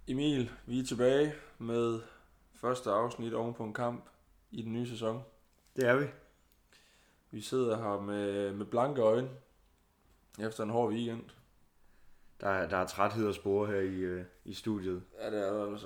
Emil, vi er tilbage med første afsnit oven på en kamp i den nye sæson. Det er vi. Vi sidder her med blanke øjne efter en hård weekend. Der er træthed at spore her i studiet. Ja, det er der altså.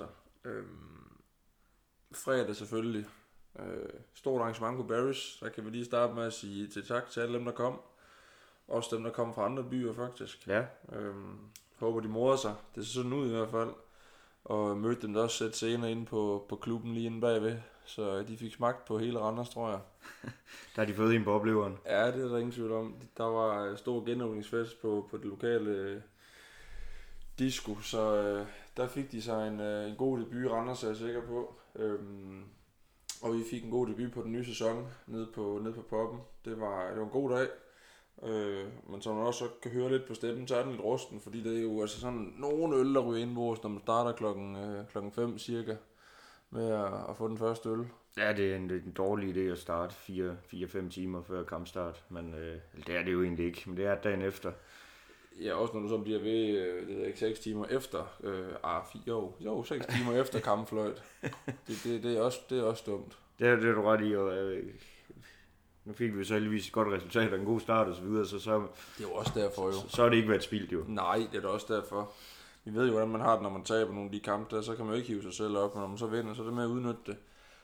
Fredag selvfølgelig. Stort arrangement på Barry's. Der kan vi lige starte med at sige tak til alle dem, der kom. Også dem, der kom fra andre byer faktisk. Ja. Håber de morer sig. Det ser sådan ud i hvert fald. Og mødte dem da også set senere inde på klubben lige inde bagved. Så de fik smagt på hele Randers, tror jeg. Der har de fået en på opleveren. Ja, det er der ingen tvivl om. Der var stor genåbningsfest på det lokale disco, så der fik de sig en god debut i Randers, er jeg sikker på. Og vi fik en god debut på den nye sæson nede på poppen. Det var en god dag. Men som man også kan høre lidt på stemmen, så er den lidt rusten, fordi det er jo altså sådan nogle øl, der ryger ind, når man starter klokken 5 cirka med at få den første øl. Ja, det er en dårlig idé at starte 4-5 timer før kampstart, men det er det jo egentlig ikke, men det er dagen efter. Ja, også når du så bliver ved, det er ikke 6 timer efter, 6 timer efter kampfløjt. Det er også dumt. Det er du ret i, og nu fik vi så heldigvis et godt resultat og en god start og så videre, så det er jo også derfor jo. Så er det ikke været spildt jo. Nej, det er da også derfor. Vi ved jo, hvordan man har det, når man taber nogle af de kampe der, så kan man jo ikke hive sig selv op, men når man så vinder, så er det med at udnytte det.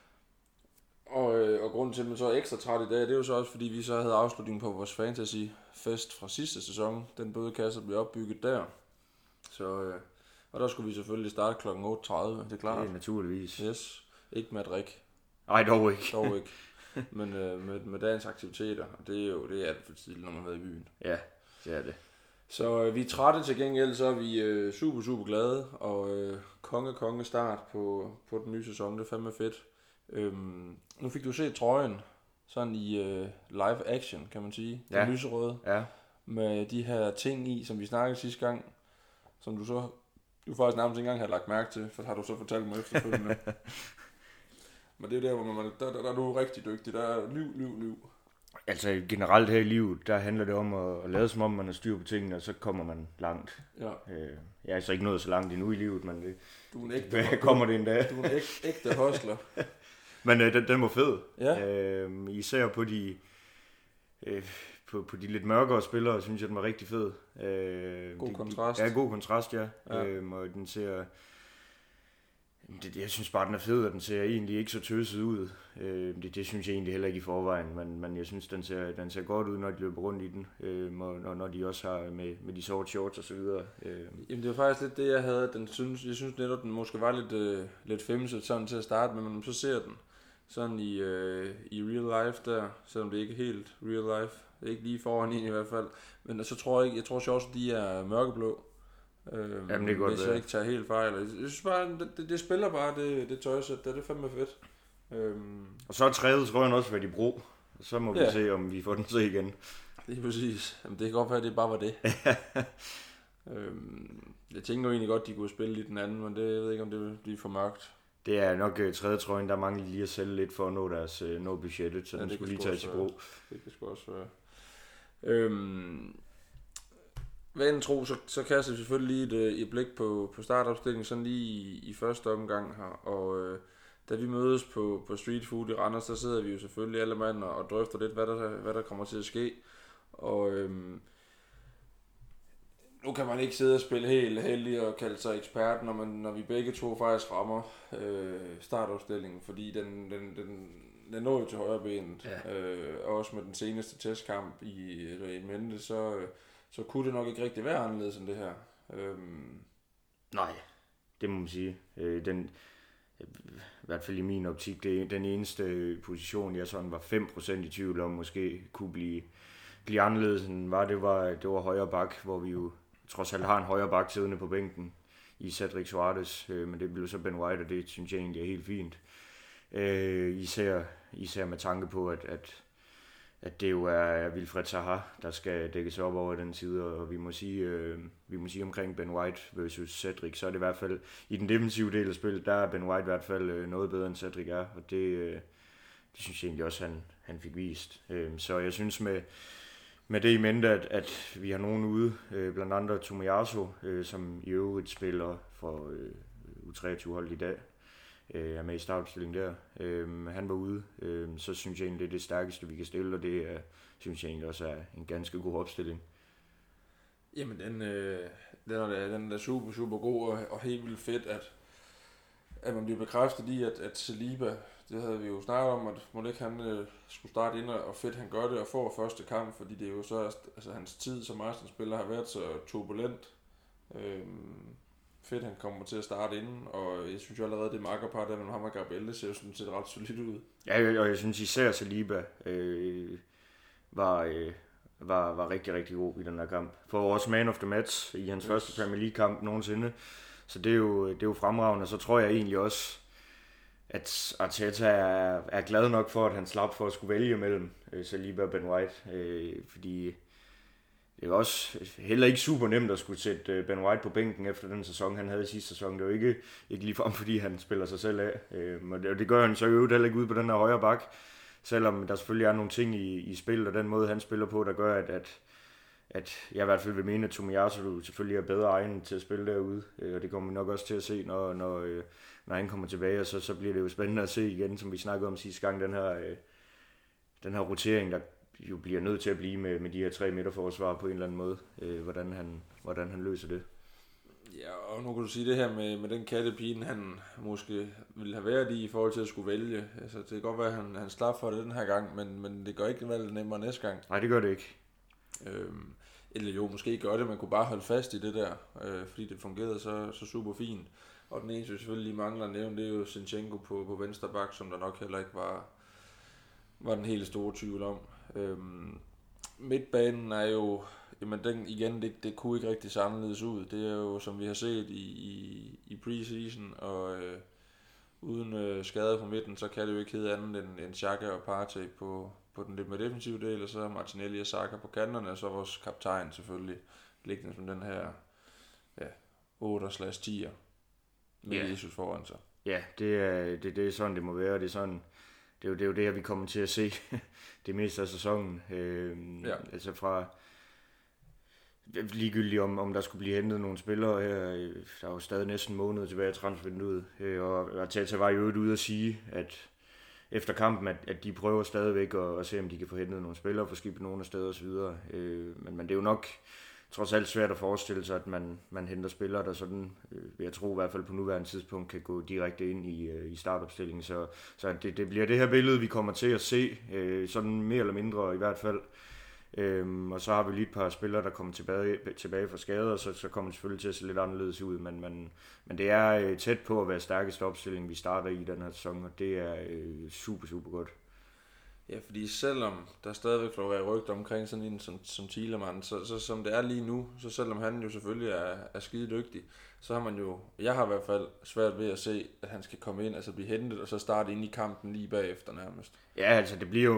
Og grunden til, at man så er ekstra træt i dag, det er jo så også, fordi vi så havde afslutningen på vores fantasy-fest fra sidste sæson. Den bødekasse blev opbygget der. Så, og der skulle vi selvfølgelig starte kl. 8.30, det er klart. Det er naturligvis. Yes, ikke med at drikke. Nej, dog ikke. Men med dagens aktiviteter, og det er alt for tidligt, når man har været i byen. Ja, det er det. Så vi er trætte til gengæld, så er vi super glade, og konge start på den nye sæson, det er fandme fedt. Nu fik du set trøjen, sådan i live action, kan man sige, den lyserøde, med de her ting i, som vi snakkede sidste gang, som du faktisk nærmest ikke engang havde lagt mærke til, for har du så fortalt mig efterfølgende. Men det er der, hvor der er du rigtig dygtig, der er liv. Altså generelt her i livet, der handler det om at lade som om man har styr på tingene, og så kommer man langt. Ja. Jeg er altså ikke nået så langt endnu i livet, men det du er en ægte, kommer det en dag. Du er en ægte hustler. Men den var fed. Ja. Især på de lidt mørkere spillere, synes jeg, den var rigtig fed. God kontrast. Ja, god kontrast, ja. Og den ser... Jeg synes bare, den er fed, og den ser egentlig ikke så tøset ud. Det synes jeg egentlig heller ikke i forvejen, men jeg synes, den ser godt ud, når de løber rundt i den, og når de også har med de sorte shorts og så videre. Jamen det var faktisk lidt det, jeg havde. Jeg synes netop, den måske var lidt femset sådan til at starte med, men så ser den sådan i real life der, selvom det ikke er helt real life. Det er ikke lige foran i hvert fald. Men så tror jeg også, at de er mørkeblå. Jamen det er godt, hvis jeg ikke tager helt fejl. Jeg synes bare, det spiller bare det tøjsæt, det er fandme fedt. Og så er træet trøjen også været i brug. Så må vi se, om vi får den til igen. Det er præcis. Jamen, det kan godt være, at det bare var det. Jeg tænker jo egentlig godt, de kunne spille lidt den anden, men det, jeg ved ikke, om det vil blive for mørkt. Det er nok tredje trøjen, der mangler lige at sælge lidt for at nå budgettet, så den skulle lige tages i brug. Det kan sgu også være. Vanen tro, så kaster vi selvfølgelig lige et blik på startopstillingen, sådan lige i første omgang her, og da vi mødes på Street Food i Randers, der sidder vi jo selvfølgelig alle mand og drøfter lidt, hvad der kommer til at ske, og nu kan man ikke sidde og spille helt heldig og kalde sig ekspert, når vi begge to faktisk rammer startopstillingen, fordi den når jo til højre benet, og også med den seneste testkamp i mente, så kunne det nok ikke rigtig være anderledes end det her. Nej, det må man sige. I hvert fald i min optik, det er den eneste position, jeg sådan var 5% i tvivl om, måske kunne blive anderledes end det var højre bak, hvor vi jo trods alt har en højre bak siddende på bænken i Cedric Suarez, men det blev så Ben White, og det synes jeg egentlig er helt fint. Især med tanke på, at det jo er Wilfred Zaha, der skal dækkes op over den side, og vi må sige omkring Ben White versus Cedric, så er det i hvert fald i den defensive del af spillet, der er Ben White i hvert fald noget bedre end Cedric er, og det synes jeg egentlig også, han fik vist. Så jeg synes med det i mente, at vi har nogen ude, blandt andre Tomiyasu, som i øvrigt spiller for U23-holdet i dag, er med i startopstillingen der. Han var ude, så synes jeg egentlig, det er det stærkeste, vi kan stille, og det synes jeg egentlig også er en ganske god opstilling. Jamen, den er super, super god, og helt vildt fedt, at man bliver bekræftet i, at Saliba, det havde vi jo snakket om, at må ikke han skulle starte ind, og fedt han gør det, og får første kamp, fordi det er jo så, altså hans tid som Arsenal-spiller har været så turbulent. Fedt han kommer til at starte inden, og jeg synes jo allerede, det makkerpar der med ham og Gabriel, det ser jo sådan set ret solidt ud. Ja, og jeg synes især Saliba var rigtig, rigtig god i den her kamp. For også man of the match i hans første Premier League-kamp nogensinde. Så det er jo fremragende. Så tror jeg egentlig også, at Arteta er glad nok for, at han slap for at skulle vælge mellem Saliba og Ben White. Fordi det er også heller ikke super nemt at skulle sætte Ben White på bænken efter den sæson, han havde i sidste sæson. Det er jo ikke ligefrem, fordi han spiller sig selv af. Og det gør han så jo heller ikke ude på den her højre bak. Selvom der selvfølgelig er nogle ting i spil, og den måde, han spiller på, der gør, at jeg i hvert fald vil mene, at Tomiyasu selvfølgelig er bedre egnet til at spille derude. Og det kommer vi nok også til at se, når han kommer tilbage, og så bliver det jo spændende at se igen, som vi snakkede om sidste gang, den her rotering, der jo bliver nødt til at blive med de her 3 midterforsvar på en eller anden måde, hvordan han løser det. Ja, og nu kan du sige det her med den kattepine, han måske ville have været i forhold til at skulle vælge. Altså, det kan godt være, at han slap for det den her gang, men det gør ikke valget nemmere næste gang. Nej, det gør det ikke. Eller jo, måske gør det, man kunne bare holde fast i det der, fordi det fungerede så super fint. Og den eneste, vi selvfølgelig lige mangler at nævne, det er jo Zinchenko på venstre bak, som der nok heller ikke var den hele store tvivl om. Midtbanen er jo, jamen den igen, det kunne ikke rigtig samledes ud. Det er jo, som vi har set i preseason, og uden skader på midten, så kan det jo ikke hedde andet end Xhaka og Partey på den lidt mere defensive del, og så Martinelli og Saka på kanterne, og så vores kaptajn selvfølgelig, liggende som den her 8/10'er med Jesus foran sig. Ja, det er sådan, det må være. Det er jo det, vi kommer til at se det meste af sæsonen. Altså fra ligegyldigt om der skulle blive hentet nogle spillere her. Der er jo stadig næsten en måned tilbage af transfervinduet. Og Arteta var jo ude at sige, at efter kampen, at de prøver stadigvæk at se, om de kan få hentet nogle spillere, få skibet nogle af steder osv. Men det er jo nok trods alt svært at forestille sig, at man henter spillere, der sådan, jeg tror i hvert fald på nuværende tidspunkt, kan gå direkte ind i startopstillingen. Så det bliver det her billede, vi kommer til at se, sådan mere eller mindre i hvert fald. Og så har vi lige et par spillere, der kommer tilbage fra skader, og så kommer det selvfølgelig til at se lidt anderledes ud. Men det er tæt på at være stærkeste opstilling, vi starter i den her sæson, og det er super, super godt. Ja, fordi selvom der stadigvæk florerer rygter omkring sådan en som Thielemann, så som det er lige nu, så selvom han jo selvfølgelig er skide dygtig, så har man jo, jeg har i hvert fald svært ved at se, at han skal komme ind, altså blive hentet, og så starte ind i kampen lige bagefter nærmest. Ja, altså det bliver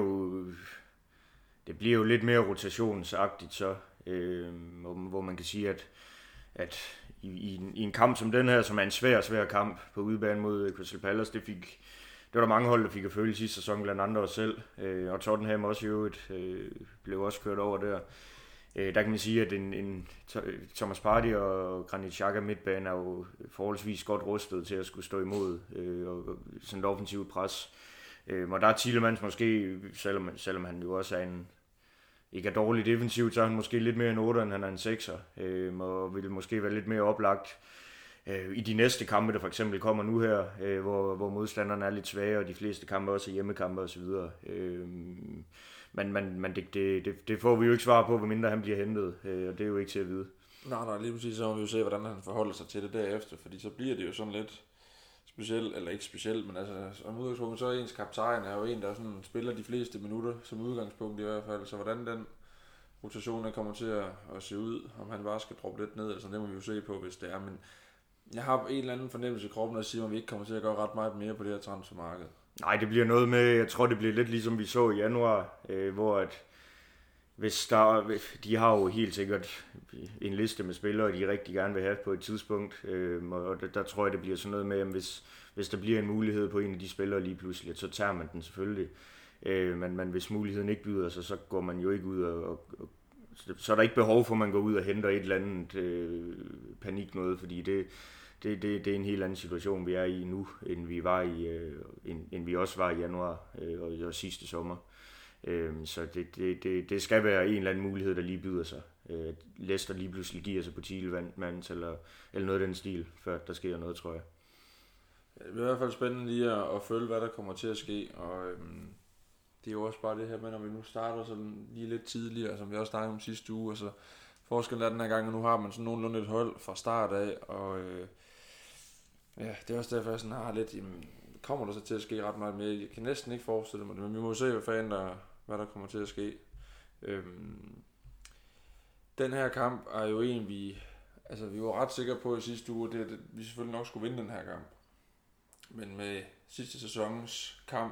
jo lidt mere rotationsagtigt så, hvor man kan sige, at i en kamp som den her, som er en svær kamp på udebane mod Crystal Palace, det var der mange hold, der fik at føle sidste sæson, blandt andre os selv, og Tottenham også jo blev også kørt over der. Der kan man sige, at en Thomas Partey og Granit Xhaka midtbane er jo forholdsvis godt rustet til at skulle stå imod og sådan et offensivt pres. Og der er Tielemans måske, selvom han jo også er ikke er dårlig defensivt, så er han måske lidt mere en 8'er, end han er en 6'er, og vil måske være lidt mere oplagt i de næste kampe, der for eksempel kommer nu her, hvor modstanderne er lidt svage, og de fleste kampe også er hjemmekampe osv. Men det får vi jo ikke svar på, medmindre han bliver hentet, og det er jo ikke til at vide. Nej, lige præcis, så må vi jo se, hvordan han forholder sig til det derefter, fordi så bliver det jo sådan lidt specielt, eller ikke specielt, men altså som udgangspunkt, så er ens kaptajn er jo en, der sådan spiller de fleste minutter, som udgangspunkt i hvert fald, så hvordan den rotation kommer til at se ud, om han bare skal droppe lidt ned, eller sådan, det må vi jo se på, hvis det er, men jeg har en eller anden fornemmelse i kroppen, der siger, at vi ikke kommer til at gøre ret meget mere på det her transfermarked. Nej, det bliver noget med, jeg tror det bliver lidt ligesom vi så i januar, hvor at de har jo helt sikkert en liste med spillere, de rigtig gerne vil have på et tidspunkt, og der tror jeg det bliver sådan noget med, at hvis der bliver en mulighed på en af de spillere lige pludselig, så tager man den selvfølgelig, men hvis muligheden ikke byder sig, så går man jo ikke ud og så er der ikke behov for, at man går ud og henter et eller andet panik noget, fordi det er en helt anden situation, vi er i nu, end vi også var i januar og sidste sommer. Så det skal være en eller anden mulighed, der lige byder sig. Leicester lige pludselig giver sig på Thielemanns eller noget af den stil, før der sker noget, tror jeg. Det bliver i hvert fald spændende lige at følge, hvad der kommer til at ske, og det er jo også bare det her med, når vi nu starter sådan lige lidt tidligere, som vi også snakkede om sidste uge, og så forskellen er den her gang, og nu har man sådan nogenlunde et hold fra start af, og det er også derfor, jeg sådan har lidt, kommer der så til at ske ret meget mere? Jeg kan næsten ikke forestille mig det, men vi må se, hvad der kommer til at ske. Den her kamp er jo en, vi var ret sikre på i sidste uge, at vi selvfølgelig nok skulle vinde den her kamp. Men med sidste sæsons kamp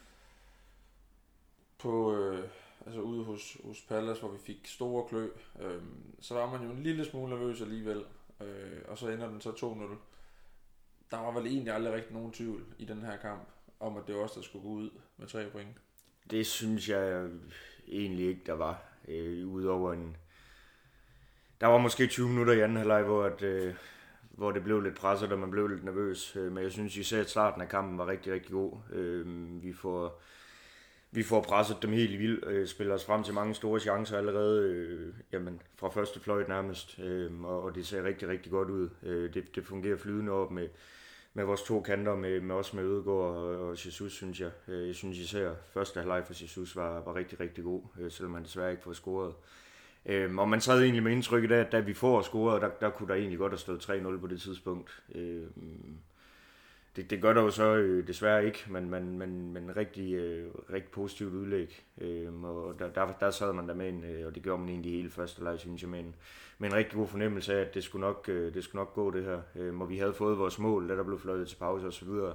på ude hos Palace, hvor vi fik store klø, så var man jo en lille smule nervøs alligevel, og så ender den så 2-0. Der var vel egentlig aldrig rigtig nogen tvivl i den her kamp, om at det var os, der skulle gå ud med 3 point. Det synes jeg egentlig ikke, der var. Udover der var måske 20 minutter i anden halvleg, hvor det blev lidt presset, og man blev lidt nervøs. Men jeg synes især, at starten af kampen var rigtig, rigtig god. Vi får presset dem helt vildt, spiller os frem til mange store chancer allerede, fra første fløjt nærmest, og det ser rigtig, rigtig godt ud. Det fungerer flydende op med vores 2 kanter, med os med Ødegaard og Jesus, synes jeg. Jeg synes især, første halvleg for Jesus var rigtig, rigtig god, selvom man desværre ikke får scoret. Og man sad egentlig med indtrykket af, at da vi får scoret, der kunne der egentlig godt have stået 3-0 på det tidspunkt. Det gør der jo så desværre ikke, men rigtig positivt udlæg. Og der sad man der med og det gjorde man egentlig hele første leg, synes jeg, med en rigtig god fornemmelse af, at det skulle nok gå det her. Og vi havde fået vores mål, da der blev fløjtet til pause og så videre.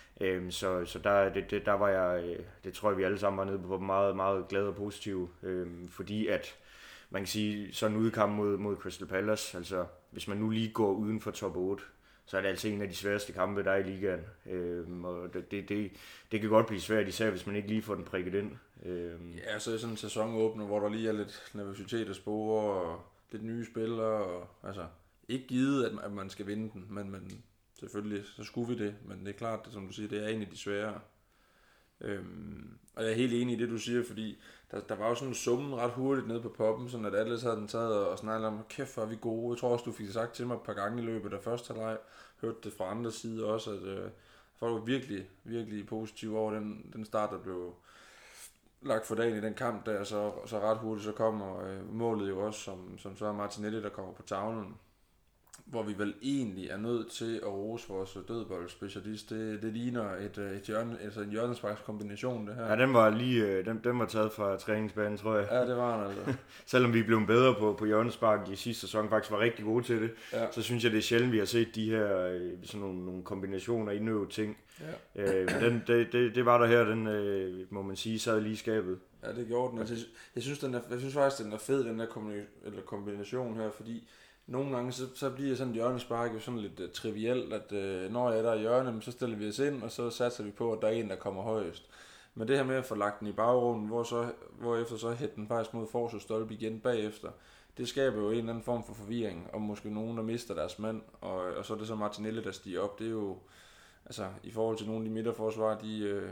Så der var jeg, det tror jeg vi alle sammen var nede på meget, meget glade og positive, fordi at man kan sige, sådan en udkamp mod Crystal Palace, altså hvis man nu lige går uden for top 8, så er det altså en af de sværeste kampe, der er i ligaen. Og det kan godt blive svært, især hvis man ikke lige får den prikket ind. Ja, så er sådan en sæsonåbner, hvor der lige er lidt nervøsitet og spore og lidt nye spillere. Og, altså, ikke givet, at man skal vinde den, men selvfølgelig, så skulle vi det. Men det er klart, som du siger, det er en af de svære. Og jeg er helt enig i det, du siger, fordi der var jo sådan en summen ret hurtigt nede på poppen, sådan at alle havde den taget og snakket om, kæft hvor er vi gode. Jeg tror også, du fik det sagt til mig et par gange i løbet af første halvleg. Hørte det fra andre side også, at folk var virkelig, virkelig positive over den start, der blev lagt for dagen i den kamp der, så ret hurtigt så kommer målet jo også, som så er Martinelli, der kommer på tavlen, hvor vi vel egentlig er nødt til at rose vores dødboldspecialist. Det ligner en hjørnesparkskombination, det her. Ja, den var taget fra træningsbanen, tror jeg. Ja, det var den altså. Selvom vi blev bedre på hjørnespark i sidste sæson, faktisk var rigtig gode til det, ja. Så synes jeg, det er sjældent, vi har set de her sådan nogle kombinationer, indøvede ting. Ja. Det var der her, den må man sige, sad lige i skabet. Ja, det gjorde den. Altså, jeg synes faktisk, den er fed, den der kombination her, fordi nogle gange så bliver sådan et hjørnespark jo sådan lidt trivielt, at når jeg er der i hjørnet, så stiller vi os ind, og så satser vi på, at der er en, der kommer højest. Men det her med at få lagt den i bagrummet, hvorefter så hætter den faktisk mod forsvarsstolpe igen bagefter, det skaber jo en eller anden form for forvirring, og måske nogen, der mister deres mand, og så er det så Martinelli, der stiger op. Det er jo, altså i forhold til nogle af de midterforsvarer,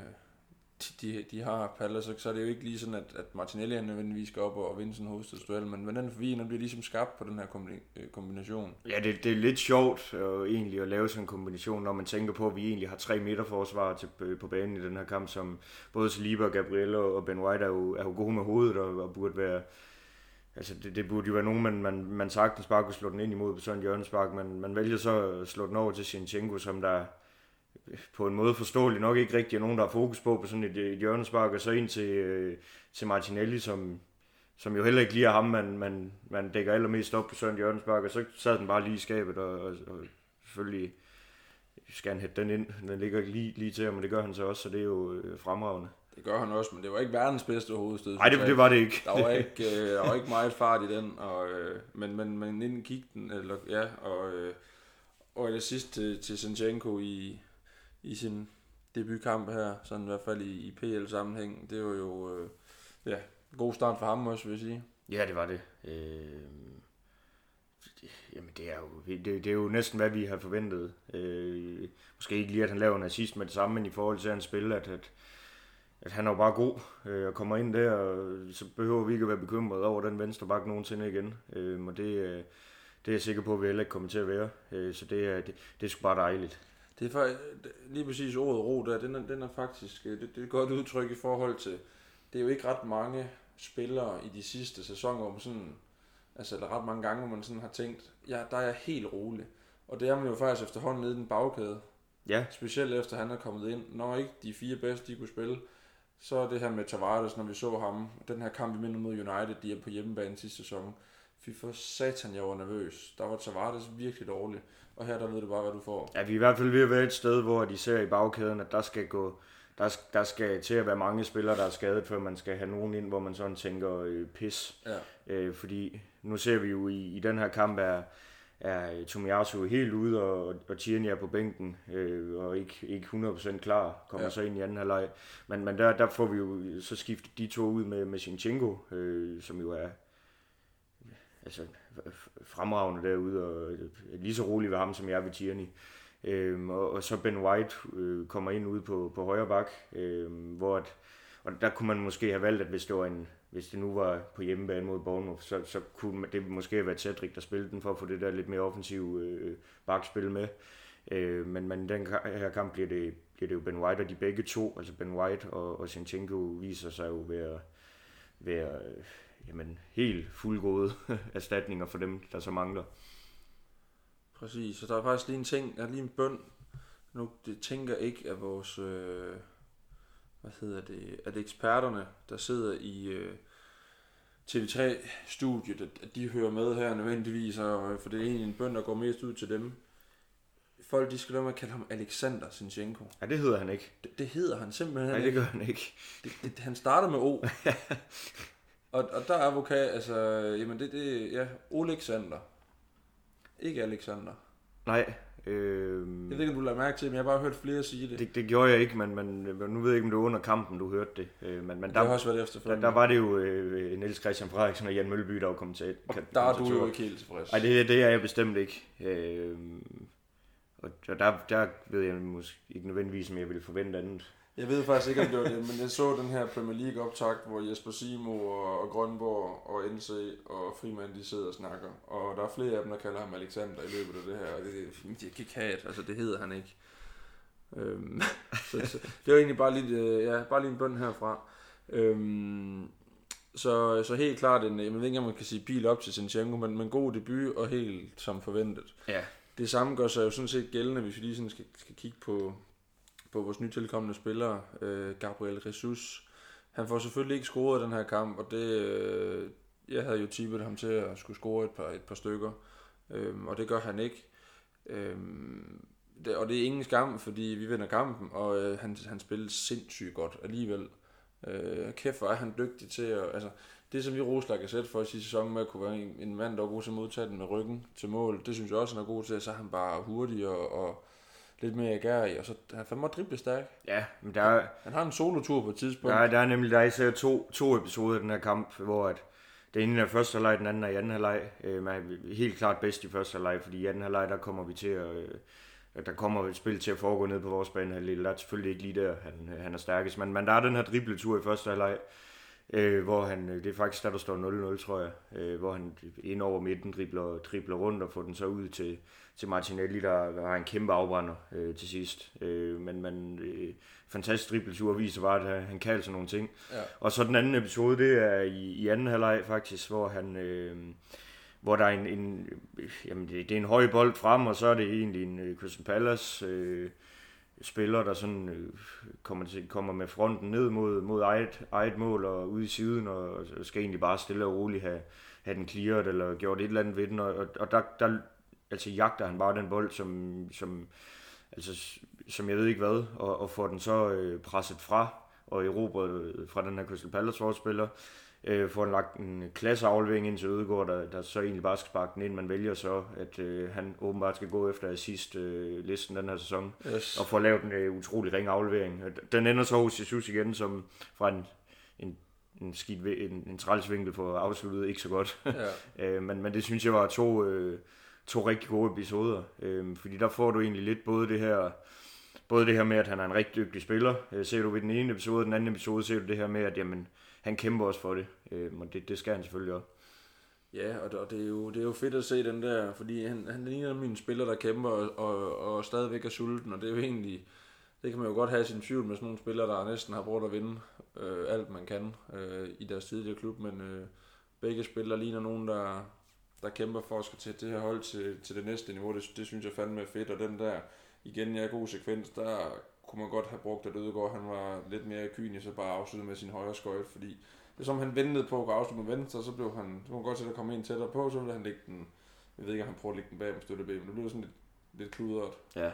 de har Palace, så er det jo ikke lige sådan, at Martinelli han nødvendigvis skal op og vinde sådan en hovedstødsduel, men den forvirring bliver ligesom skabt på den her kombination. Ja, det er lidt sjovt egentlig at lave sådan en kombination, når man tænker på, at vi egentlig har 3 midterforsvarer på banen i den her kamp, som både Saliba og Gabriel og Ben White er jo gode med hovedet og burde være. Altså det burde jo være nogen, man sagtens bare kunne slå den ind imod på sådan en hjørnespark, men man vælger så at slå den over til Zinchenko, som der på en måde forståeligt nok ikke rigtig er nogen, der har fokus på sådan et hjørnespark, og så ind til Martinelli, som jo heller ikke lige er ham, man dækker allermest op på sådan et hjørnespark, og så sad den bare lige i skabet, og selvfølgelig skal han hætte den ind. Den ligger lige til ham, men det gør han så også, så det er jo fremragende. Det gør han også, men det var ikke verdens bedste hovedstød. Nej, det var det ikke. Der var ikke meget fart i den, men inden gik den, og det sidste til Zinchenko i sin debutkamp her, sådan i hvert fald i PL-sammenhæng, det var jo god start for ham også, vil jeg sige. Ja, det var det. Jamen det er jo næsten hvad vi har forventet. Måske ikke lige at han laver en assist med det samme, men i forhold til hans spil, at han er jo bare god og kommer ind der, og så behøver vi ikke at være bekymret over den venstre bak nogensinde igen. Og det er jeg sikker på, at vi heller ikke kommer til at være. Så det er sgu bare dejligt. Det er faktisk, lige præcis ordet ro der, den er faktisk, det er et godt udtryk i forhold til, det er jo ikke ret mange spillere i de sidste sæsoner, hvor man sådan, altså der er ret mange gange, hvor man sådan har tænkt, ja, der er jeg helt rolig. Og det er man jo faktisk efterhånden nede i den bagkæde. Ja. Specielt efter han er kommet ind. Når ikke de 4 bedste, de kunne spille, så er det her med Tavares, når vi så ham, den her kamp vi minder mod United, de er på hjemmebane sidste sæson. Fy for satan, jeg var nervøs. Der var Tavares virkelig dårlig. Og her, der ved du bare, hvad du får. Ja, vi er i hvert fald ved at være et sted, hvor de ser i bagkæden, at der skal til at være mange spillere, der er skadet, før man skal have nogen ind, hvor man sådan tænker pis. Ja. Fordi nu ser vi jo i den her kamp, er Tomiyasu helt ude, og Tierney er på bænken, og ikke 100% klar, kommer så ind i anden halvleg. Men der får vi jo så skiftet de to ud med Zinchenko, som jo er altså fremragende derude, og lige så rolig ved ham, som jeg ved Tierney. Og så Ben White kommer ind ude på højre bak, og der kunne man måske have valgt, at hvis det nu var på hjemmebane mod Bournemouth, så kunne det måske have været Cedric, der spillede den, for at få det der lidt mere offensiv bakspil med. Men den her kamp bliver det jo Ben White, og de begge to, altså Ben White og Zinchenko, viser sig jo være jamen, helt fuldgode erstatninger for dem, der så mangler. Præcis, så der er faktisk lige en ting, der er lige en bøn. Nu det tænker ikke, at vores, at eksperterne, der sidder i TV3-studiet, at de hører med her nødvendigvis, for det er egentlig en bøn, der går mest ud til dem. Folk, de skal lade med at kalde ham Alexander Zinchenko. Ja, det hedder han ikke. Det hedder han simpelthen ikke. Nej, det gør han ikke. Han starter med O. og der er vokat, altså, jamen ja, Alexander. Ikke Alexander. Nej. Jeg ved ikke, om du lader mærke til, men jeg har bare hørt flere sige det. Det gjorde jeg ikke, men nu ved jeg ikke, om det var under kampen, du hørte det. Men det har også været efterfølgende. Der var det jo Niels Christian Frederiksen og Jan Mølleby, der var kommet til. Og der er du jo ikke helt tilfreds. Nej, det er jeg bestemt ikke. Og der ved jeg måske ikke nødvendigvis, om jeg ville forvente andet. Jeg ved faktisk ikke, om det var det, men jeg så den her Premier League optakt, hvor Jesper Simo og Grønborg og NC og Frimand, de sidder og snakker. Og der er flere af dem, der kalder ham Alexander i løbet af det her, og det kan ikke have det, altså det hedder han ikke. Så det var egentlig bare lige en bøn herfra. Så helt klart, jeg ved ikke, om man kan sige pil op til Zinchenko, men god debut og helt som forventet. Ja. Det samme gør sig jo sådan set gældende, hvis vi lige sådan skal kigge på vores nytilkommende spillere, Gabriel Jesus. Han får selvfølgelig ikke scoret den her kamp, og det, jeg havde jo tippet ham til at skulle score et par stykker, og det gør han ikke. Og det er ingen skam, fordi vi vinder kampen, og han spillede sindssygt godt alligevel. Kæft, hvor er han dygtig til at, altså, det som vi roste Lacazette for i sidste sæson med at kunne være en mand, der er god til at modtage den med ryggen til mål, det synes jeg også, han er god til, så er han bare hurtig og lidt mere agerig, og så er han fandme drible stærk. Ja, men han har en solotur på et tidspunkt. Der er især to episoder i den her kamp, hvor at den ene er første halvleg, den anden er i anden halvleg. Man er helt klart bedst i første halvleg, fordi i anden halvleg, der kommer vi til at der kommer et spil til at foregå ned på vores banehalvdel. Der er selvfølgelig ikke lige der, han er stærkest, men der er den her dribletur i første halvleg, hvor det er faktisk der står 0-0, tror jeg, hvor han ind over midten dribler rundt og får den så ud til Martinelli, der har en kæmpe afbrænder til sidst. Men fantastisk dribletur viser bare, at han kan altså nogle ting. Ja. Og så den anden episode, det er i anden halvleg faktisk, hvor der er jamen det er en høj bold frem, og så er det egentlig en Crystal Palace spiller, der sådan kommer med fronten ned mod eget mål og ude i siden, og skal egentlig bare stille og roligt have den clearet, eller gjort et eller andet ved den, og der altså jagter han bare den bold, som jeg ved ikke hvad, og får den så presset fra, og erobret fra den her Crystal Palace forspiller, får han lagt en klasseaflevering ind til Ødegaard, der så egentlig bare skal sparke den ind. Man vælger så, at han åbenbart skal gå efter assist-listen den her sæson, yes, og får lavet en utrolig ring aflevering. Den ender så hos Jesus igen, som fra en trælsvinkel for afsluttet ikke så godt. Ja. Men det synes jeg var to rigtig gode episoder. Fordi der får du egentlig lidt både det her med, at han er en rigtig dygtig spiller. Ser du ved den ene episode, den anden episode ser du det her med, at jamen, han kæmper også for det. Og det skal han selvfølgelig også. Ja, og det er jo fedt at se den der, fordi han er en af mine spillere, der kæmper og stadigvæk er sulten, og det er jo egentlig, det kan man jo godt have sin tvivl med sådan nogle spillere, der næsten har brugt at vinde alt man kan i deres tidligere klub, men begge spillere ligner nogen, der kæmper for at skal til det her hold til det næste niveau. Det synes jeg fandme er fedt, og den der, igen, god sekvens, der kunne man godt have brugt, at Ødegaard han var lidt mere kynisk og bare afsluttet med sin højre skøjt, fordi det er som han ventede på at gå afslutte med venstre, så blev han godt til at komme ind tættere på, så ville han lægge den, jeg ved ikke om han prøver at lægge den bag med støtteben, men det blev sådan lidt kludret. Ja.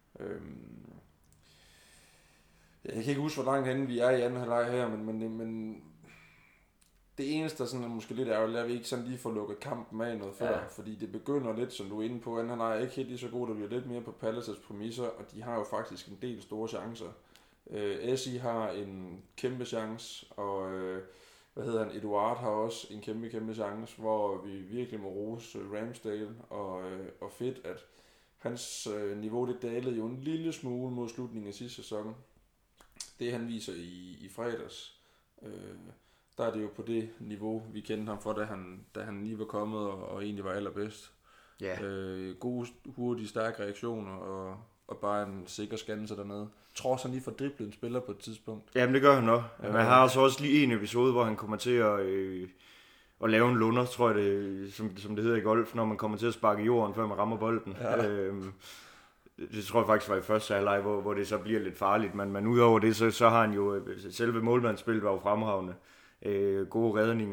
Jeg kan ikke huske, hvor langt henne vi er i anden halvleg her, men det eneste, der sådan er måske lidt ærgerligt, er, at vi ikke sådan lige får lukket kampen af noget før, fordi det begynder lidt, som du er inde på, anden halvleg er ikke helt lige så god, der bliver lidt mere på Palaces præmisser, og de har jo faktisk en del store chancer. Essi har en kæmpe chance, og Eduard har også en kæmpe chance, hvor vi virkelig må rose Ramsdale, og fedt, at hans niveau det dalede jo en lille smule mod slutningen af sidste sæson. Det han viser i fredags, der er det jo på det niveau, vi kendte ham for, da han lige var kommet og egentlig var allerbedst. Yeah. Gode, hurtige, stærke reaktioner og bare en sikker skanse dernede. Jeg tror også, han lige får driblet en spiller på et tidspunkt. Jamen det gør han nok. Men han har altså også lige en episode, hvor han kommer til at lave en lunder, tror jeg det, som det hedder i golf, når man kommer til at sparke i jorden, før man rammer bolden. Ja. Det tror jeg faktisk var i første halvleg, hvor det så bliver lidt farligt. Men udover det, så har han jo selve målmandsspillet var jo fremragende. Gode redninger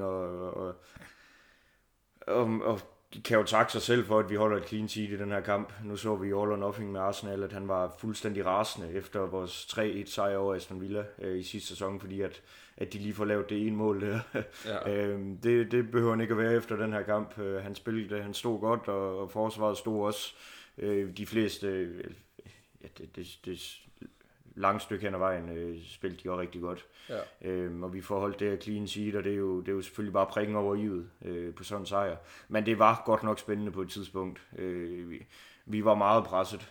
og kan jo takke sig selv for, at vi holder et clean sheet i den her kamp. Nu så vi i All or Nothing med Arsenal, at han var fuldstændig rasende efter vores 3-1 sejr over Aston Villa i sidste sæson, fordi at de lige får lavet det ene mål der. Ja. Det behøver han ikke at være efter den her kamp. Han stod godt, og forsvaret stod også. De fleste, det langt stykke hen ad vejen spillede de også rigtig godt. Ja. Og vi får holdt det her clean sheet, og det er jo selvfølgelig bare prikken over ivet på sådan en sejr. Men det var godt nok spændende på et tidspunkt. Vi var meget presset.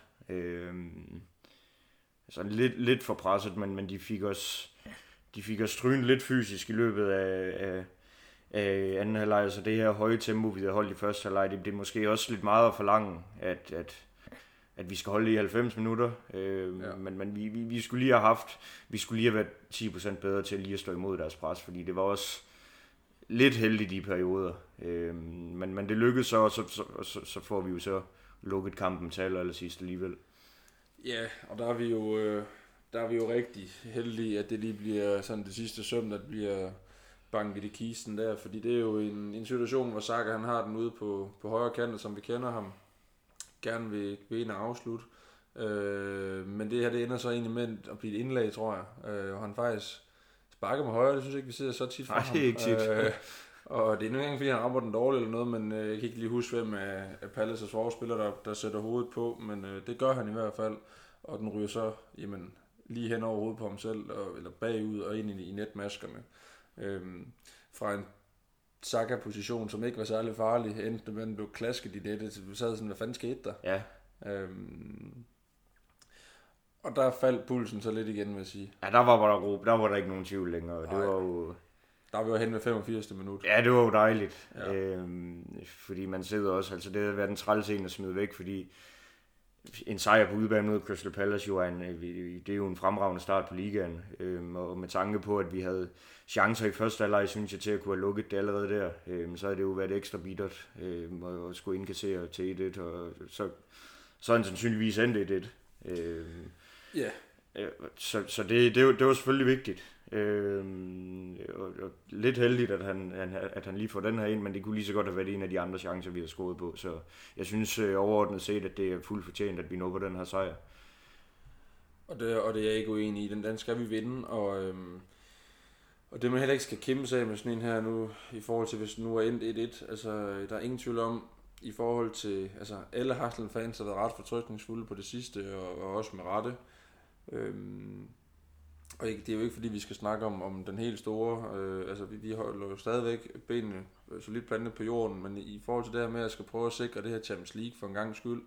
Lidt for presset, men de fik os trynet lidt fysisk i løbet af anden halvleg. Så det her høje tempo, vi havde holdt i første halvleg, det er måske også lidt meget at forlange, at vi skal holde i 90 minutter, men vi skulle lige have været 10% bedre til lige at stå imod deres pres, fordi det var også lidt heldigt i perioder, men det lykkedes så, og så får vi jo så lukket kampen til allersidst alligevel. Ja, og der er vi jo rigtig heldige, at det lige bliver sådan det sidste søm, der bliver banket i kisten der, fordi det er jo en situation, hvor Saka han har den ude på højre kanten, som vi kender ham, gerne vil ind og afslutte. Men det her, det ender så egentlig med at blive et indlag, tror jeg. Og han faktisk sparker med højre, det synes jeg ikke, vi ser så tit fra ham. Nej, det er ikke tit. Og det er nu ikke, fordi han rammer den dårligt eller noget, men jeg kan ikke lige huske, hvem af Palaces forspillere, der sætter hovedet på, men det gør han i hvert fald. Og den ryger så lige hen over hovedet på ham selv, eller bagud og ind i netmaskerne. Fra en Saka-position, som ikke var særlig farlig, endte med, at den blev klasket i nettet, så vi sad sådan, hvad fanden skete der? Ja. Og der faldt pulsen så lidt igen, vil jeg sige. Ja, der var der ikke nogen tvivl længere. Det var jo... Der var vi jo hen ved 85. minut. Ja, det var jo dejligt. Ja. Fordi man sidder også, altså det havde været en træls en at smide væk, fordi en sejr på udebane mod Crystal Palace jo det er jo en fremragende start på ligaen, og med tanke på, at vi havde chancer i første halvleg, synes jeg, til at kunne have lukket det allerede der, så havde det jo været ekstra bittert at skulle indkassere til 1-1, og så er den sandsynligvis endt 1-1. Ja. Så det var selvfølgelig vigtigt. Og lidt heldigt, at han lige får den her ind, men det kunne lige så godt have været en af de andre chancer, vi har scoret på. Så jeg synes overordnet set, at det er fuldt fortjent, at vi når på den her sejr. Og det er jeg ikke uenig i. Den skal vi vinde, og det man heller ikke skal kæmpe sig med sådan en her nu, i forhold til hvis nu er endt 1-1. Altså, der er ingen tvivl om, i forhold til, altså alle Arsenal-fans har været ret fortrøstningsfulde på det sidste, og også med rette. Og det er jo ikke fordi, vi skal snakke om den helt store, altså vi holder jo stadigvæk benene solidt plantet på jorden, men i forhold til det her med, at jeg skal prøve at sikre det her Champions League for en gang skyld,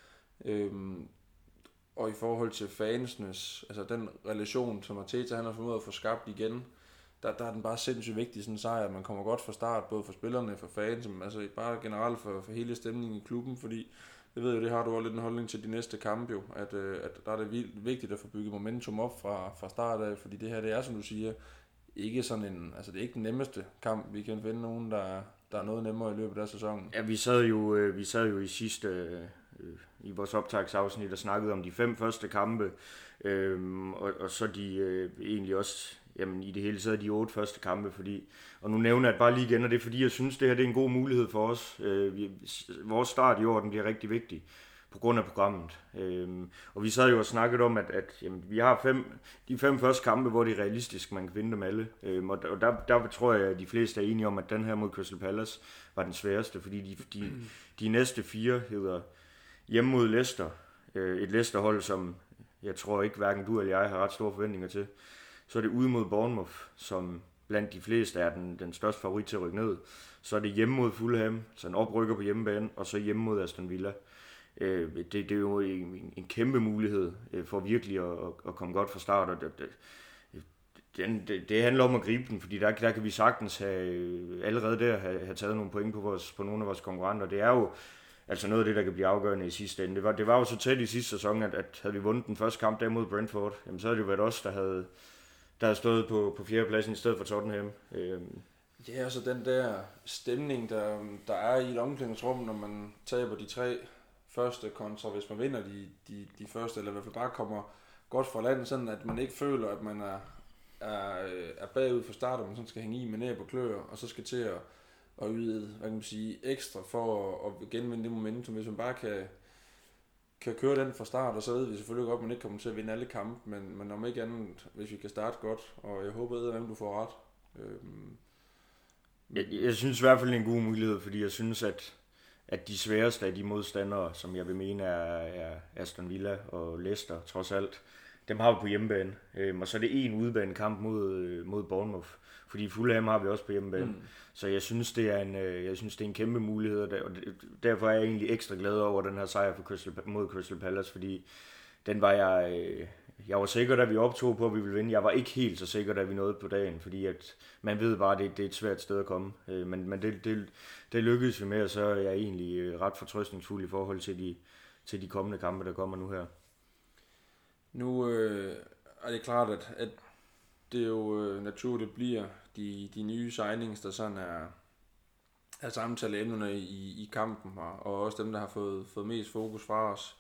og i forhold til fansnes, altså den relation, som Arteta han har formået at få skabt igen, der er den bare sindssygt vigtig, sådan en sejr, at man kommer godt fra start, både for spillerne, for fans, altså bare generelt for hele stemningen i klubben, fordi det ved jo, det har du også lidt en holdning til de næste kampe jo, at der er det vigtigt at få bygget momentum op fra start af, fordi det her, det er som du siger, ikke sådan en, altså det er ikke den nemmeste kamp, vi kan finde nogen, der er noget nemmere i løbet af sæsonen. Ja, vi sad jo i sidste, i vores optagsafsnit og snakkede om de 5 første kampe, og så de egentlig også, jamen i det hele taget de 8 første kampe, fordi, og nu nævner jeg bare lige igen, og det er fordi, jeg synes, det her det er en god mulighed for os. Vores start i år, den bliver rigtig vigtig på grund af programmet. Og vi sad jo og snakket om, at jamen, vi har de 5 første kampe, hvor det er realistisk, man kan vinde dem alle. Og der tror jeg, at de fleste er enige om, at den her mod Crystal Palace var den sværeste, fordi de næste 4 hedder hjemme mod Leicester. Et Leicester-hold, som jeg tror ikke, hverken du eller jeg har ret store forventninger til. Så er det ude mod Bournemouth, som blandt de fleste er den største favorit til at rykke ned. Så er det hjemme mod Fulham, så en oprykker på hjemmebane, og så hjemme mod Aston Villa. Det er jo en kæmpe mulighed for virkelig at komme godt fra start, og det handler om at gribe den, fordi der kan vi sagtens allerede der have taget nogle point på nogle af vores konkurrenter. Det er jo altså noget af det, der kan blive afgørende i sidste ende. Det var jo så tæt i sidste sæson, at havde vi vundet den første kamp der mod Brentford, jamen så havde det jo været os, der havde stået på 4. pladsen i stedet for Tottenham. Ja, altså den der stemning, der er i et omklædningsrum, når man taber de 3 første kontra, hvis man vinder de første, eller i hvert fald bare kommer godt fra landet, sådan at man ikke føler, at man er bagud fra start, og man sådan skal hænge i med næb og klør, og så skal til at yde, hvad kan man sige, ekstra for at genvinde det momentum. Hvis man bare kan køre den fra start, og så ved vi selvfølgelig godt, at man ikke kommer til at vinde alle kampe, men om ikke andet, hvis vi kan starte godt, og jeg håber, at du får ret. Jeg synes i hvert fald, det er en god mulighed, fordi jeg synes, at de sværeste af de modstandere, som jeg vil mene er Aston Villa og Leicester, trods alt, dem har vi på hjemmebane. Og så er det en udebanekamp mod Bournemouth, fordi Fulham har vi også på hjemmebane. Så jeg synes, det er en kæmpe mulighed, og derfor er jeg egentlig ekstra glad over den her sejr mod Crystal Palace, fordi den var jeg var sikker, da vi optog på, at vi ville vinde. Jeg var ikke helt så sikker, da vi nåede på dagen, fordi at man ved bare, at det er et svært sted at komme. Men det lykkedes vi med, og så er jeg egentlig ret fortrøstningsfuld i forhold til de kommende kampe, der kommer nu her. Nu er det klart, at det jo naturligt bliver de nye signings, der sådan er samtaleemnerne i kampen, og også dem, der har fået mest fokus fra os.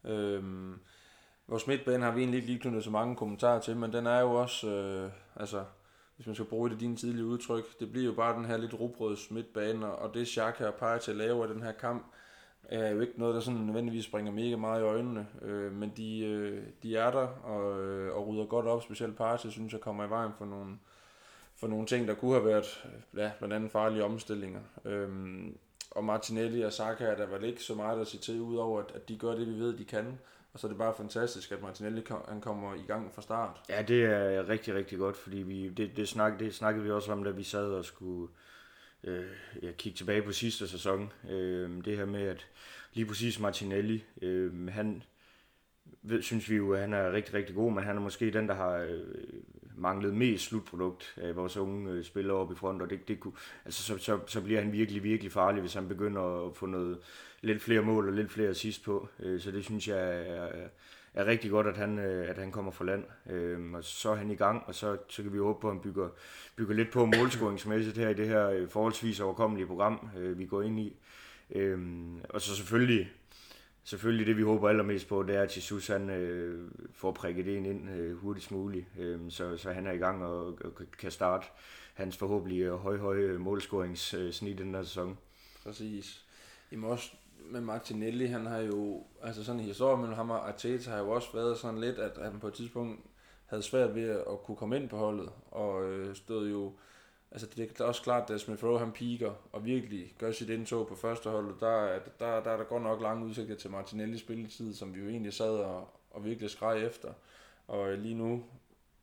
Vores midtbane har vi egentlig ikke lige knyttet så mange kommentarer til, men den er jo også, altså hvis man skal bruge det dine tidlige udtryk, det bliver jo bare den her lidt rugbrøds midtbane, og det Xhaka og Partey laver i den her kamp, er jo ikke noget, der sådan nødvendigvis springer mega meget i øjnene, men de er der og rydder godt op, specielt Partey, synes jeg kommer i vejen for nogle ting, der kunne have været blandt andet farlige omstillinger. Og Martinelli og Saka er der vel ikke så meget at sige til, udover at de gør det, vi ved, de kan. Og så er det bare fantastisk, at Martinelli han kommer i gang fra start. Ja, det er rigtig, rigtig godt, fordi det snakkede vi også om, da vi sad og skulle kigge tilbage på sidste sæson. Det her med, at lige præcis Martinelli, han synes vi jo, at han er rigtig, rigtig god, men han er måske den, der har manglet mest slutprodukt af vores unge spillere oppe i front, og det kunne, altså så bliver han virkelig, virkelig farlig, hvis han begynder at få lidt flere mål og lidt flere assist på. Så det synes jeg er rigtig godt, at han kommer fra land. Og så er han i gang, og så kan vi håbe på, at han bygger lidt på målscoringsmæssigt her i det her forholdsvis overkommelige program, vi går ind i. Og så selvfølgelig det, vi håber allermest på, det er, at Jesus han får prikket det ind hurtigst muligt, så han er i gang og kan starte hans forhåbentlig høje målscoringssnit i den her sæson. Præcis. Jamen også med Martinelli, han har jo, altså sådan en historie mellem ham og Arteta har jo også været sådan lidt, at han på et tidspunkt havde svært ved at kunne komme ind på holdet, og stod jo, altså det er også klart, at Smith Rowe han piker og virkelig gør sit indtog på første holdet, der er der godt nok lange udsigter til Martinelli spilletid, som vi jo egentlig sad og virkelig skreg efter, og lige nu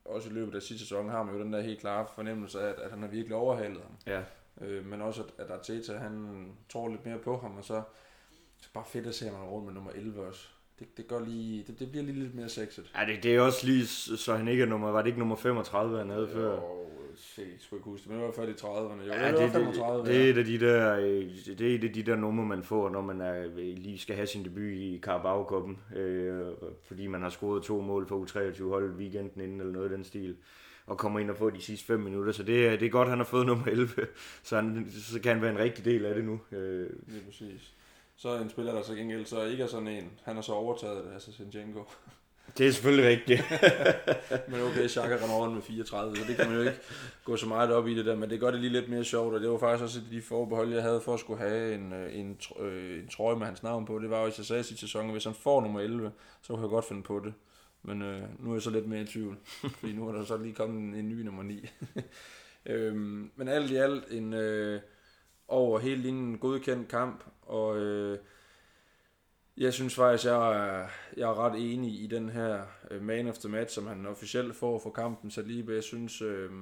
også i løbet af sidste sæson har man jo den der helt klare fornemmelse af, at han har virkelig overhalet ham. Ja. Men også at Arteta, han tror lidt mere på ham, og så bare fedt at se ham rundt med nummer 11 også. Det gør lige, det bliver lige lidt mere sexet. Ja, det er også lige, så han ikke er var det ikke nummer 35, han havde før? Jeg skulle ikke huske det, men det var før i 30'erne. Ja, det var 35. Det er et af de der numre, man får, når man lige skal have sin debut i Carabao-cuppen, fordi man har scoret 2 mål for U23-holdet weekenden inden, eller noget i den stil, og kommer ind og får de sidste 5 minutter, så det er godt, han har fået nummer 11, så kan han være en rigtig del af det nu. Det er præcis. Så er en spiller, der så gengæld så ikke er sådan en. Han har så overtaget det, altså Zinchenko. Det er selvfølgelig rigtigt. Men okay, Xhaka render over med 34, så det kan man jo ikke gå så meget op i det der. Men det gør det lige lidt mere sjovt, og det var faktisk også de forbehold, jeg havde for at skulle have en trøje med hans navn på. Det var jo, hvis jeg sagde sidste sæson, hvis han får nummer 11, så kunne jeg godt finde på det. Men nu er jeg så lidt mere i tvivl, fordi nu er der så lige kommet en ny nummer 9. Men alt i alt en over hele linjen godkendt kamp, og jeg synes faktisk, jeg er ret enig i den her man of the match, som han officielt får for kampen. Så lige jeg synes,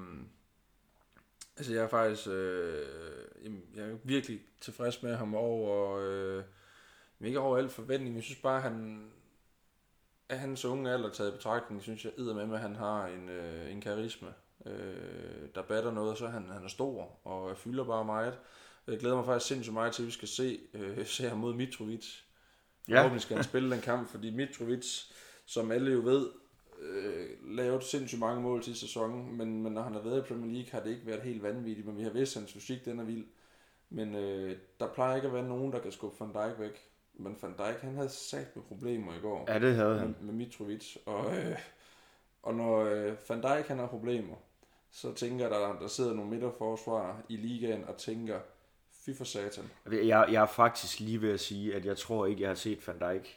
altså jeg er faktisk jeg er virkelig tilfreds med ham over, ikke over al forventning. Jeg synes bare, at hans unge alder taget i betragtning, synes jeg eddermame, at han har en karisma, der batter noget, så han er stor og fylder bare meget. Jeg glæder mig faktisk sindssygt meget til, at vi skal se ham mod Mitrovic. Ja. Hvor skal han spille den kamp, fordi Mitrovic, som alle jo ved, lavede sindssygt mange mål til sæsonen, men når han har været i Premier League, har det ikke været helt vanvittigt, men vi har vidst, at hans fysik, den er vild. Men der plejer ikke at være nogen, der kan skubbe Van Dijk væk. Men Van Dijk, han havde sagt med problemer i går. Ja, det havde han. Med Mitrovic. Og når Van Dijk, han har problemer, så tænker der sidder nogle midterforsvarer i ligaen og tænker, fy for satan. Jeg er faktisk lige ved at sige, at jeg tror ikke, jeg har set Van Dijk.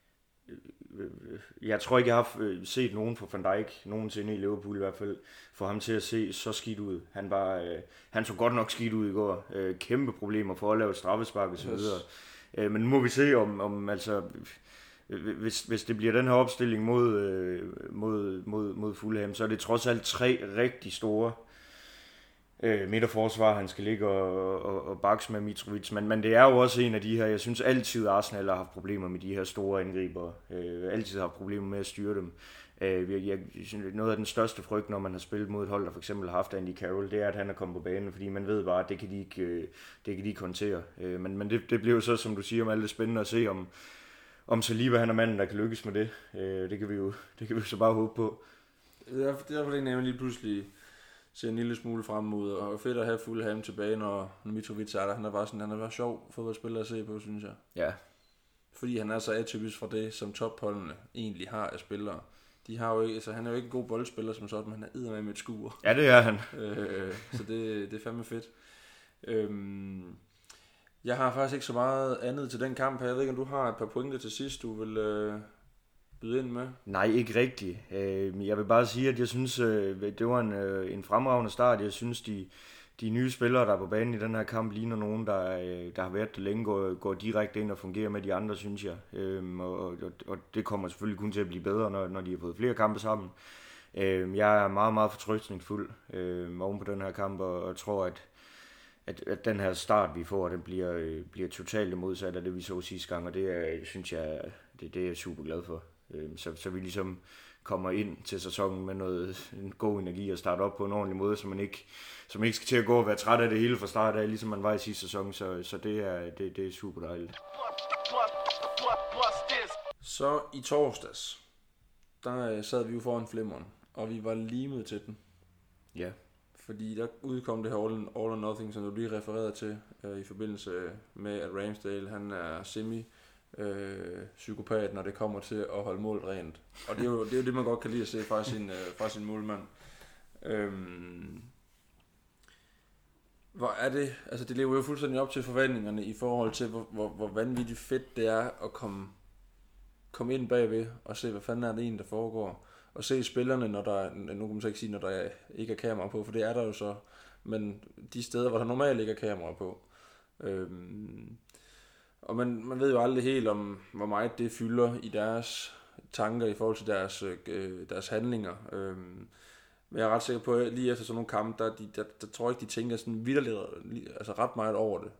Jeg tror ikke, jeg har set nogen fra Van Dijk nogensinde i Liverpool i hvert fald, for ham til at se så skidt ud. Han så godt nok skidt ud i går. Kæmpe problemer for at lave et straffespark og så videre. Men nu må vi se om altså, hvis det bliver den her opstilling mod Fulham, så er det trods alt 3 rigtig store midterforsvar, han skal ligge og bakse med Mitrovic, men det er jo også en af de her, jeg synes altid Arsenal har haft problemer med de her store angriber, altid har haft problemer med at styre dem. Noget af den største frygt, når man har spillet mod et hold, der for eksempel har haft Andy Carroll, det er, at han er kommet på banen, fordi man ved bare, at det kan de ikke håndtere. Men det bliver jo så, som du siger, om alt det spændende at se, om Saliba han er manden, der kan lykkes med det. Det kan vi jo så bare håbe på. Det er derfor det nemlig lige pludselig ser en lille smule frem mod, og fedt at have Fulham tilbage, når Mitrovic er der. Han er bare sjov fodboldspiller at se på, synes jeg. Ja. Fordi han er så atypisk fra det, som topholdene egentlig har af spillere. De har jo ikke, altså han er jo ikke en god boldspiller som sådan, men han er eddermame med et skuer. Ja, det er han. Så det er fandme fedt. Jeg har faktisk ikke så meget andet til den kamp her. Jeg ved ikke, om du har et par pointer til sidst, du vil byde ind med? Nej, ikke rigtigt. Jeg vil bare sige, at jeg synes, det var en fremragende start. Jeg synes, de nye spillere, der er på banen i den her kamp, ligner nogen, der har været det længe, går direkte ind og fungerer med de andre, synes jeg. Og det kommer selvfølgelig kun til at blive bedre, når de har fået flere kampe sammen. Jeg er meget, meget fortrøstningsfuld oven på den her kamp, og tror, at den her start, vi får, den bliver totalt modsat af det, vi så sidste gang, og det synes jeg, det er jeg super glad for. Så vi ligesom kommer ind til sæsonen med en god energi og starte op på en ordentlig måde, så man ikke skal til at gå og være træt af det hele fra start af, ligesom man var i sidste sæson, så det er super dejligt. Så i torsdags, der sad vi jo foran Flimmeren, og vi var limet til den. Ja. Fordi der udkom det her All or Nothing, som du lige refererede til, i forbindelse med, at Ramsdale, han er psykopat, når det kommer til at holde mål rent. Og det er jo det, man godt kan lide at se fra sin målmand. Hvor er det, altså det lever jo fuldstændig op til forventningerne i forhold til, hvor vanvittigt fedt det er at komme ind bagved og se, hvad fanden er det egentlig, der foregår. Og se spillerne, nu kan man så ikke sige, når der ikke er kamera på, for det er der jo så, men de steder, hvor der normalt ikke er kamera på. Og man ved jo aldrig helt om, hvor meget det fylder i deres tanker i forhold til deres handlinger. Men jeg er ret sikker på, at lige efter sådan nogle kampe, der tror jeg ikke, de tænker sådan altså ret meget over det.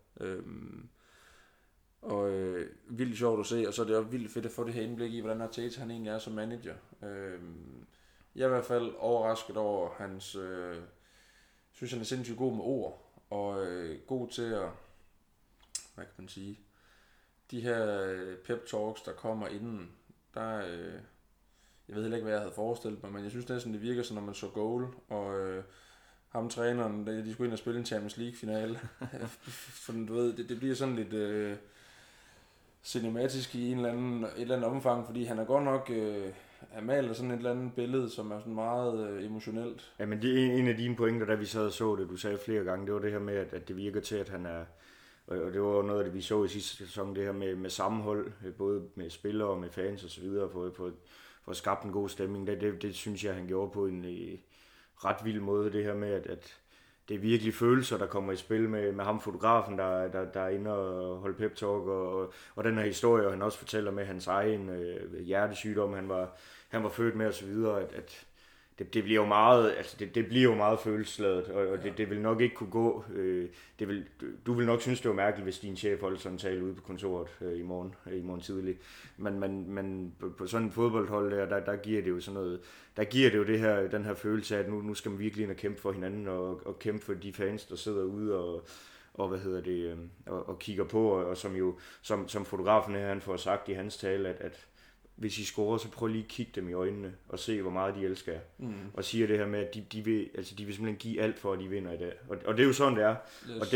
Vildt sjovt at se, og så er det også vildt fedt at få det her indblik i, hvordan Arteta han egentlig er som manager. Jeg er i hvert fald overrasket over hans, synes han er sindssygt god med ord, og god til at, hvad kan man sige, de her pep talks, der kommer inden, der, jeg ved heller ikke, hvad jeg havde forestillet mig, men jeg synes næsten, det virker sådan, når man så goal, og ham træneren, de skulle ind og spille en Champions League-finale. For du ved, det bliver sådan lidt cinematisk i et eller andet omfang, fordi han er godt nok har malet sådan et eller andet billede, som er sådan meget emotionelt. Ja, men det er en af dine pointer, da vi sad og så det, du sagde flere gange, det var det her med, at det virker til, at han er, og det var noget af det, vi så i sidste sæson, det her med sammenhold, både med spillere og med fans og så videre, for at skabe en god stemning. Det synes jeg, han gjorde på en ret vild måde, det her med, at det er virkelig følelser, der kommer i spil med ham fotografen, der er inde og holde pep talk, og den her historie, han også fortæller med hans egen hjertesygdom, han var født med og så videre, at det bliver jo meget, altså det bliver jo meget følelsesladet, og det vil nok ikke kunne gå. Du vil nok synes, det var mærkeligt, hvis din chef holdt sådan en tale ude på kontoret i morgen tidlig. Men på sådan en fodboldhold der giver det jo sådan noget, der giver det jo den her følelse af, at nu skal man virkelig ind og kæmpe for hinanden, og kæmpe for de fans, der sidder ude og og kigger på, og som jo, som fotografen her, han får sagt i hans tale, at hvis I scorer, så prøv lige at kigge dem i øjnene og se, hvor meget de elsker jer. Og siger det her med, at de vil simpelthen give alt for, at de vinder i dag. Og det er jo sådan, det er. Yes. Og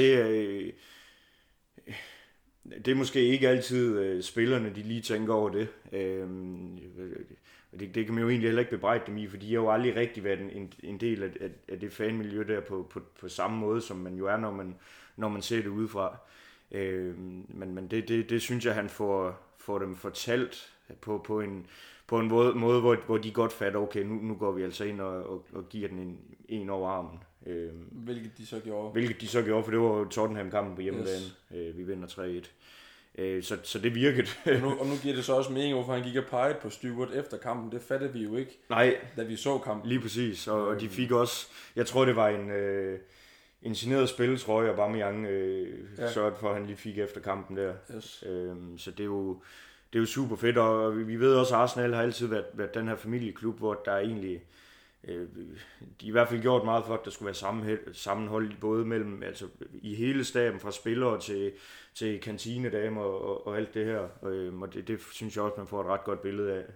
det er måske ikke altid spillerne, de lige tænker over det. Det kan man jo egentlig heller ikke bebrejde dem i, for de har jo aldrig rigtig været en del af det fanmiljø der på samme måde, som man jo er, når man ser det udefra. Men det synes jeg, han får dem fortalt på en måde, hvor de godt fatter, okay, nu går vi altså ind og giver den en over armen. Hvilket de så gjorde, for det var Tottenham-kampen på hjemmebane. Yes. Vi vinder 3-1. Så det virkede. og nu giver det så også mening, hvorfor han gik og pegede på Stewart efter kampen. Det fattede vi jo ikke, da vi så kampen. Lige præcis, og de fik også, jeg tror det var en signeret spilletrøje, og Aubameyang sørgede for, at han lige fik efter kampen der. Yes. Så det er jo super fedt, og vi ved også, at Arsenal har altid været den her familieklub, hvor der egentlig, de i hvert fald gjort meget for, at der skulle være sammenhold både mellem, altså i hele staben, fra spillere til kantinedamer og alt det her, og det synes jeg også, man får et ret godt billede af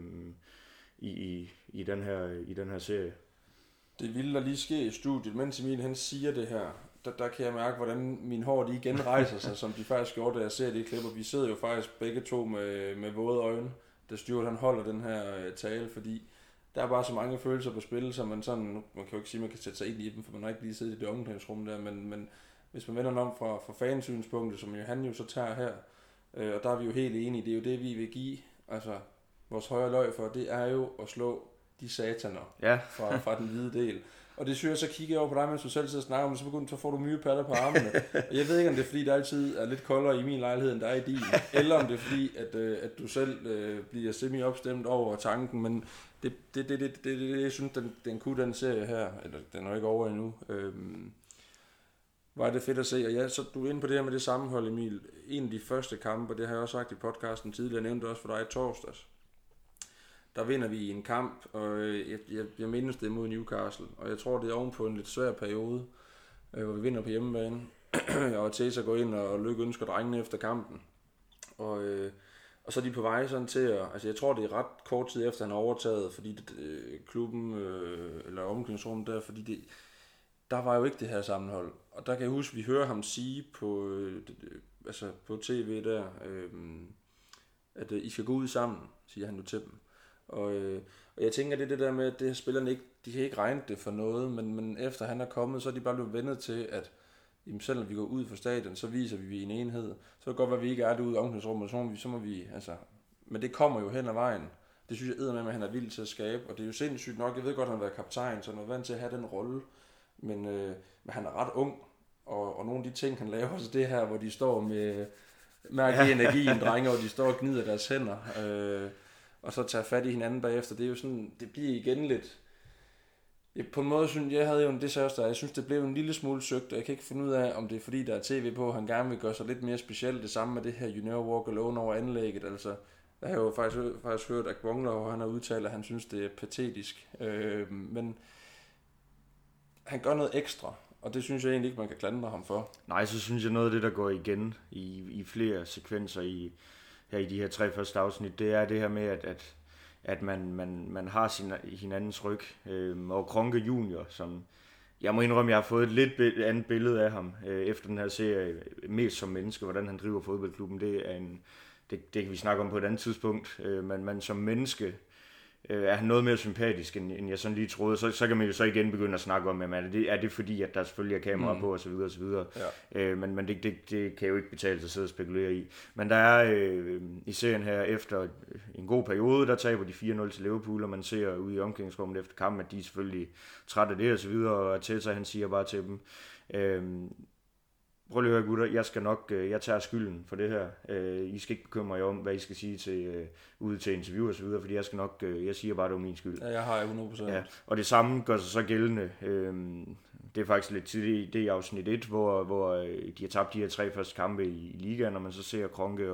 i den her serie. Det ville der lige ske i studiet, mens Emil han siger det her, der kan jeg mærke, hvordan mine hår de igen rejser sig, som de faktisk gjorde, da jeg ser det klip, og vi sidder jo faktisk begge to med våde øjne, da Stuart han holder den her tale, fordi der er bare så mange følelser på spil, så man sådan, man kan jo ikke sige, at man kan sætte sig ind i dem, for man har ikke lige siddet i det omklædningsrum der, men hvis man vender den om fra fansynspunktet, som han jo så tager her, og der er vi jo helt enige, det er jo det, vi vil give, altså vores højre løg for, det er jo at slå de sataner fra den hvide del. Og det synes jeg, så kigger jeg over på dig, mens du selv sidder og snakker om det, så får du mye patter på armene. Og jeg ved ikke, om det er fordi, der altid er lidt koldere i min lejlighed, end der er i din. Eller om det er fordi, at du selv bliver semi-opstemt over tanken. Men det jeg synes, den kunne den serie her, eller den er ikke over endnu, var det fedt at se. Og ja, så du er inde på det her med det sammenhold, Emil. En af de første kampe, det har jeg også sagt i podcasten tidligere, jeg nævnte også for dig i torsdags. Der vinder vi en kamp, og jeg mindes det mod Newcastle, og jeg tror, det er ovenpå en lidt svær periode, hvor vi vinder på hjemmebane, og Tessa går ind og lykønsker drengene efter kampen. Og så er de på vej sådan til at, altså jeg tror, det er ret kort tid efter, han har overtaget, fordi klubben, eller omklædningsrummet der, fordi der var jo ikke det her sammenhold. Og der kan jeg huske, vi hører ham sige på tv der, at I skal gå ud sammen, siger han jo til dem. Og jeg tænker, det er det der med, at det her spillerne ikke, de kan ikke regne det for noget, men efter han er kommet, så er de bare blevet vendet til, at jamen, selv når vi går ud fra stadion, så viser vi en enhed. Så kan det godt være, at vi ikke er derude i omklædningsrummet, så må vi, altså, men det kommer jo hen ad vejen. Det synes jeg eddermame, at han er vild til at skabe, og det er jo sindssygt nok, jeg ved godt, at han har været kaptajn, så han er vant til at have den rolle, men han er ret ung, og nogle af de ting, han laver, så det her, hvor de står med mærkelig energien, drenge, og de står og gnider deres hænder, og så tage fat i hinanden bagefter. Det er jo sådan, det bliver igen lidt... På en måde synes jeg havde jo en disaster. Jeg synes, det blev en lille smule søgt, og jeg kan ikke finde ud af, om det er fordi, der er tv på, og han gerne vil gøre sig lidt mere specielt. Det samme med det her You Never Walk Alone over anlægget. Altså, jeg har jo faktisk hørt, at Bongler, han har udtalt, at han synes, det er patetisk. Men han gør noget ekstra, og det synes jeg egentlig ikke, man kan klandre ham for. Nej, så synes jeg noget af det, der går igen i flere sekvenser i de her 3 første afsnit, det er det her med, at man har hinandens ryg. Og Kronke Junior, som jeg må indrømme, jeg har fået et lidt andet billede af ham efter den her serie, mest som menneske, hvordan han driver fodboldklubben. Det kan vi snakke om på et andet tidspunkt, men som menneske er han noget mere sympatisk, end jeg sådan lige troede. Så kan man jo så igen begynde at snakke om, jamen, er det fordi, at der selvfølgelig er kamera på, osv. Ja. Men det kan jo ikke betale sig at sidde og spekulere i. Men der er i serien her, efter en god periode, der taber de 4-0 til Liverpool, og man ser ude i omklædningsrummet efter kampen, at de er selvfølgelig trætte af det, og Arteta, han siger bare til dem, prøv lige at høre, gutter, jeg tager skylden for det her. I skal ikke bekymre jer om, hvad I skal sige ude til interview og så videre, fordi jeg siger bare, det var min skyld. Ja, jeg har 100%. Ja, og det samme gør sig så gældende. Det er faktisk lidt tidligt i afsnit 1, hvor de har tabt de her 3 første kampe i ligaen, og man så ser Kronke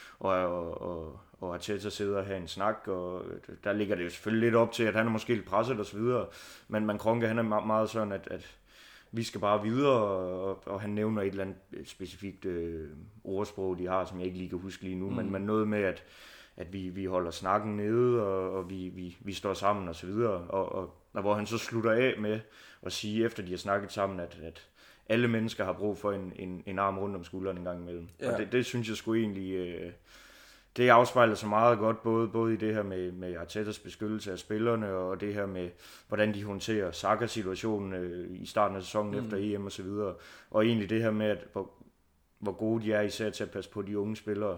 og Arteta sidder og have en snak, og der ligger det jo selvfølgelig lidt op til, at han er måske lidt presset og så videre, men Kronke, han er meget sådan, at vi skal bare videre, og han nævner et eller andet specifikt ordsprog, de har, som jeg ikke lige kan huske lige nu, men noget med, at vi holder snakken nede, og vi står sammen og så videre, og hvor han så slutter af med at sige, efter de har snakket sammen, at alle mennesker har brug for en arm rundt om skulderen en gang imellem. Ja. Og det synes jeg sgu egentlig... Det afspejler sig meget godt, både i det her med Artetas beskyttelse af spillerne, og det her med, hvordan de håndterer Saka-situationen i starten af sæsonen efter EM og så videre. Og egentlig det her med, hvor gode de er især til at passe på de unge spillere,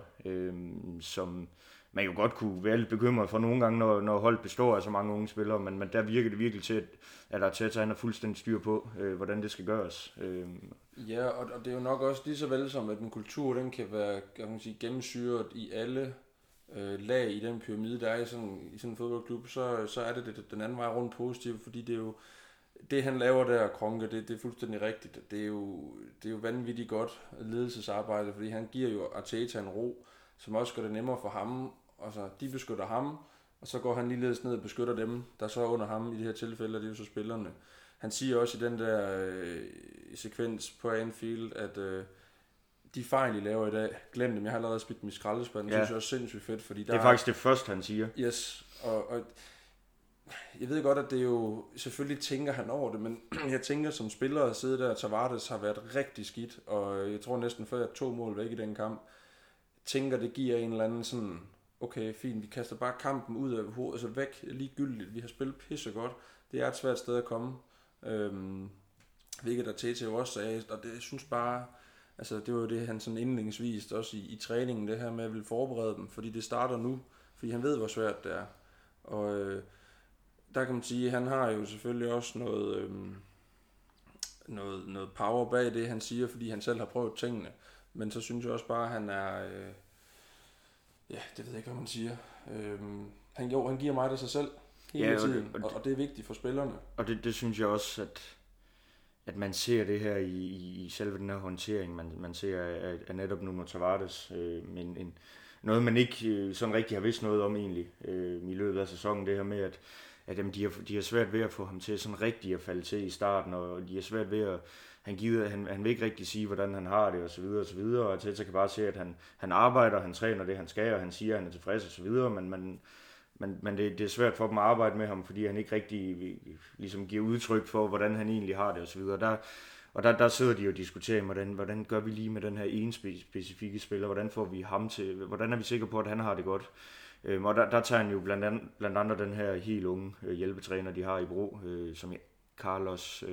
som man jo godt kunne være lidt bekymret for nogle gange, når holdet består af så mange unge spillere, men der virker det virkelig til, at Arteta han har fuldstændig styr på, hvordan det skal gøres. Ja, og det er jo nok også lige så vel som, at en kultur, den kan være, kan man sige, gennemsyret i alle lag i den pyramide, der er i sådan en fodboldklub, så er det den anden vej rundt positivt, fordi det er jo, det han laver der, Kronke, det er fuldstændig rigtigt. Det er jo vanvittigt godt ledelsesarbejde, fordi han giver jo Arteta en ro, som også gør det nemmere for ham. Altså, de beskytter ham, og så går han ligeledes ned og beskytter dem, der så er under ham i det her tilfælde, og det er jo så spillerne. Han siger også i den der sekvens på Anfield, at de fejl, I laver i dag, glem dem, jeg har allerede spildt dem i skraldespanden. Det synes jeg også sindssygt fedt, fordi det er faktisk det første, han siger. Yes, og jeg ved godt, at det jo, selvfølgelig tænker han over det, men jeg tænker som spiller at sidde der, Tavares har været rigtig skidt, og jeg tror næsten før 2 mål væk i den kamp, tænker det giver en eller anden sådan, okay, fint, vi kaster bare kampen ud af hovedet, altså væk, ligegyldigt, vi har spillet pisse godt, det er et svært sted at komme, hvilket der til jo også sagde, og det synes bare, altså det var jo det, han sådan indlægningsvis også i træningen, det her med at ville forberede dem, fordi det starter nu, fordi han ved, hvor svært det er, og der kan man sige, at han har jo selvfølgelig også noget power bag det, han siger, fordi han selv har prøvet tingene, men så synes jeg også bare, at han er, ja, det ved jeg ikke, hvad man siger, han giver mig det sig selv hele tiden, og det er vigtigt for spillerne. Og det synes jeg også, at man ser det her i selve den her håndtering, man ser af netop Nuno Tavares, men noget man ikke sådan rigtig har vidst noget om egentlig i løbet af sæsonen, det her med, at jamen, de har svært ved at få ham til sådan rigtig at falde til i starten, og de har svært ved at han vil ikke rigtig sige, hvordan han har det, og så videre, og Arteta kan bare se, at han arbejder, han træner det, han skal, og han siger, at han er tilfreds, og så videre, men det er svært for dem at arbejde med ham, fordi han ikke rigtig ligesom giver udtryk for, hvordan han egentlig har det, og så videre. Der sidder de og diskuterer, hvordan gør vi lige med den her ene specifikke spiller, hvordan får vi ham til, hvordan er vi sikre på, at han har det godt. Og der tager han jo blandt andet den her helt unge hjælpetræner, de har i Bro, som Carlos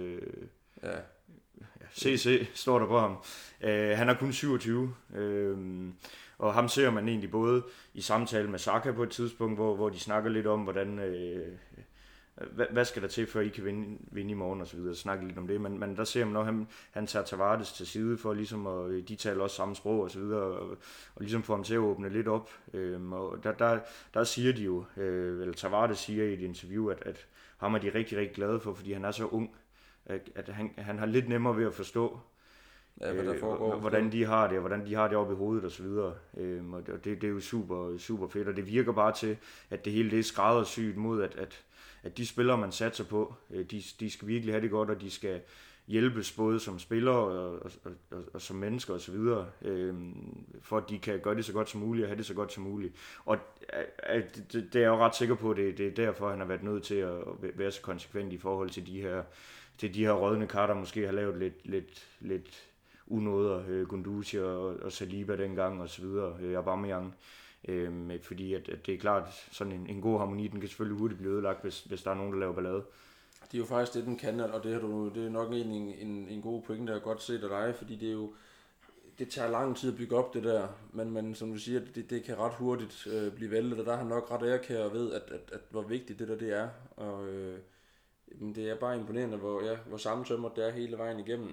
CC står der på ham. Han er kun 27, og ham ser man egentlig både i samtale med Saka på et tidspunkt, hvor de snakker lidt om, hvad skal der til, før I kan vinde i morgen og så videre, snakke lidt om det, men der ser man, når han tager Tavares til side for ligesom, og de taler også samme sprog og så videre, og ligesom få ham til at åbne lidt op, og der siger de jo, eller Tavares siger i et interview, at ham er de rigtig, rigtig glade for, fordi han er så ung, at han har lidt nemmere ved at forstå, hvad der foregår, hvordan de har det, og hvordan de har det oppe i hovedet og så videre. Og det er jo super, super fedt, og det virker bare til, at det hele det er skræddersyet mod, at de spillere, man satser på, de skal virkelig have det godt, og de skal hjælpes både som spillere og som mennesker og så videre, for at de kan gøre det så godt som muligt og have det så godt som muligt. Og det er jeg jo ret sikker på, det er derfor, han har været nødt til at være så konsekvent i forhold til de her rådne kar, der måske har lavet lidt unåder, Gunduzi og Saliba dengang og så videre, Aubameyang. Fordi at det er klart, sådan en god harmoni, den kan selvfølgelig hurtigt blive ødelagt, hvis der er nogen, der laver ballade. Det er jo faktisk det, den kan, og det er nok egentlig en god pointe, der er godt set af dig, fordi det tager lang tid at bygge op det der, men som du siger, det kan ret hurtigt blive væltet, og der er han nok ret ærkær og ved, at hvor vigtigt det er, og det er bare imponerende, hvor sammentømret det er hele vejen igennem.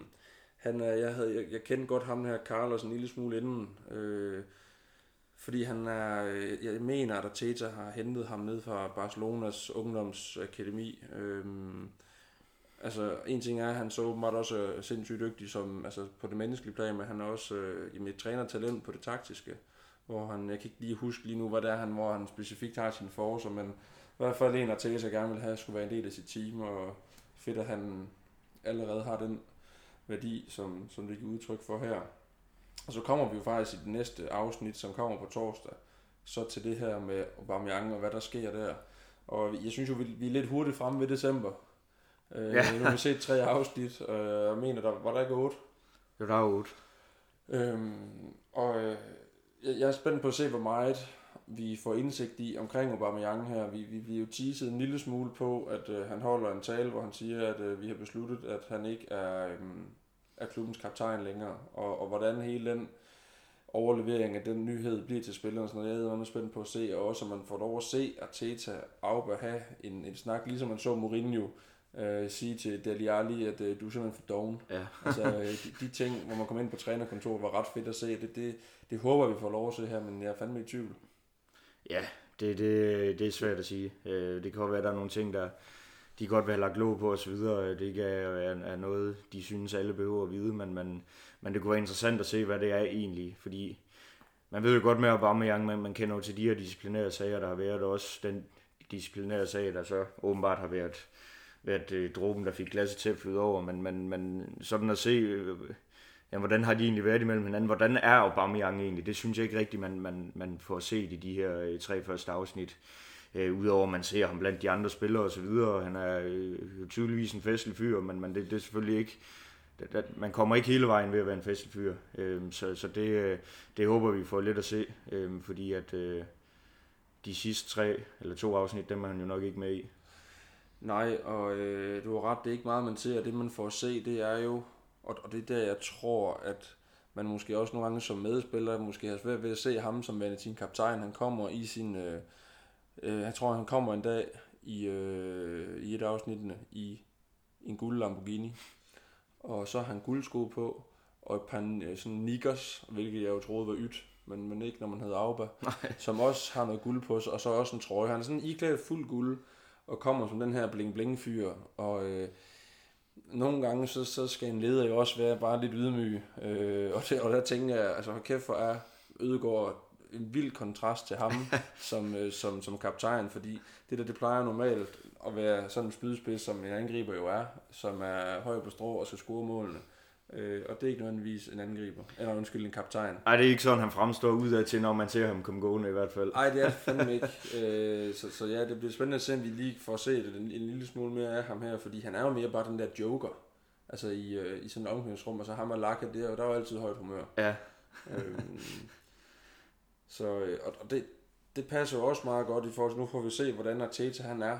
Jeg kendte godt ham her, Carlos, en lille smule inden, fordi jeg mener, at Arteta har hentet ham ned fra Barcelonas ungdomsakademi. Altså, en ting er, at han så åbenbart også sindssygt dygtig på det menneskelige plan, men han er også med et trænertalent på det taktiske, hvor jeg kan ikke lige huske lige nu, hvor han specifikt har sine forser, men i hvert fald en Arteta gerne vil have, skulle være en del af sit team, og fedt, at han allerede har den værdi, som det giver udtryk for her. Og så kommer vi jo faktisk i det næste afsnit, som kommer på torsdag, så til det her med Aubameyang og hvad der sker der. Og jeg synes jo, vi er lidt hurtigt fremme ved december. Nu har vi set 3 afsnit, og jeg mener, var der ikke 8? Jo, der er 8. Jeg er spændt på at se, hvor meget vi får indsigt i omkring Aubameyang her. Vi er jo teaset en lille smule på, at han holder en tale, hvor han siger, at vi har besluttet, at han ikke er klubbens kaptajn længere, og hvordan hele den overlevering af den nyhed bliver til spillerne, sådan noget, jeg er spændt på at se, og også at man får lov at se Arteta have en snak, ligesom man så Mourinho sige til Dele Alli, at du er simpelthen for doven. Ja. Altså de ting, hvor man kommer ind på trænerkontoret, var ret fedt at se. Det håber vi får lov at se her, men jeg er fandme i tvivl. Ja, det er svært at sige. Det kan godt være, at der er nogle ting, der de godt vil have lagt låg på og så videre. Det ikke er noget, de synes alle behøver at vide, men det kunne være interessant at se, hvad det er egentlig, fordi man ved jo godt med Aubameyang, man kender jo til de her disciplinære sager, der har været, og også den disciplinære sag, der så åbenbart har været dråben, der fik glasset til at flyde over, men sådan at se, hvordan har de egentlig været imellem hinanden, hvordan er Aubameyang egentlig, det synes jeg ikke rigtigt, man får set i de her 3 første afsnit. Udover at man ser ham blandt de andre spillere og så videre, han er jo tydeligvis en festlig fyr, men det er selvfølgelig ikke, man kommer ikke hele vejen ved at være en festlig fyr, så det håber vi får lidt at se, fordi at de sidste 3 eller 2 afsnit, dem er han jo nok ikke med i. Nej, og du har ret, det er ikke meget man ser, det man får at se, det er jo, og det er der jeg tror, at man måske også nogle gange som medspiller, måske har svært ved at se ham som værende sin kaptajn, han kommer i sin... jeg tror, han kommer en dag i et af afsnittene i en guld Lamborghini, og så har han guldsko på, og et par sådan Nikers, hvilket jeg jo troede var ydt, men ikke når man hedder Auba, som også har noget guld på sig, og så også en trøje. Han er sådan iklædt fuld guld, og kommer som den her bling-bling-fyr, og nogle gange så skal en leder jo også være bare lidt ydmyg, og der tænker jeg, altså hold kæft, hvor er Ødegaard en vild kontrast til ham som kaptajn, fordi det plejer normalt at være sådan en spydspids, som en angriber jo er, som er høj på strå og skal score målene. Og det er ikke nødvendigvis en angriber, eller en kaptajn. Nej, det er ikke sådan, han fremstår udad til, når man ser ham komme gående i hvert fald. Nej, det er fandme ikke. Så ja, det bliver spændende at se, om vi lige får set en lille smule mere af ham her, fordi han er jo mere bare den der joker, altså i sådan et omklædningsrum, og så ham og Laka der, og der er jo altid højt humør. Ja. Og det passer jo også meget godt i forhold til, nu får vi se, hvordan Arteta han er.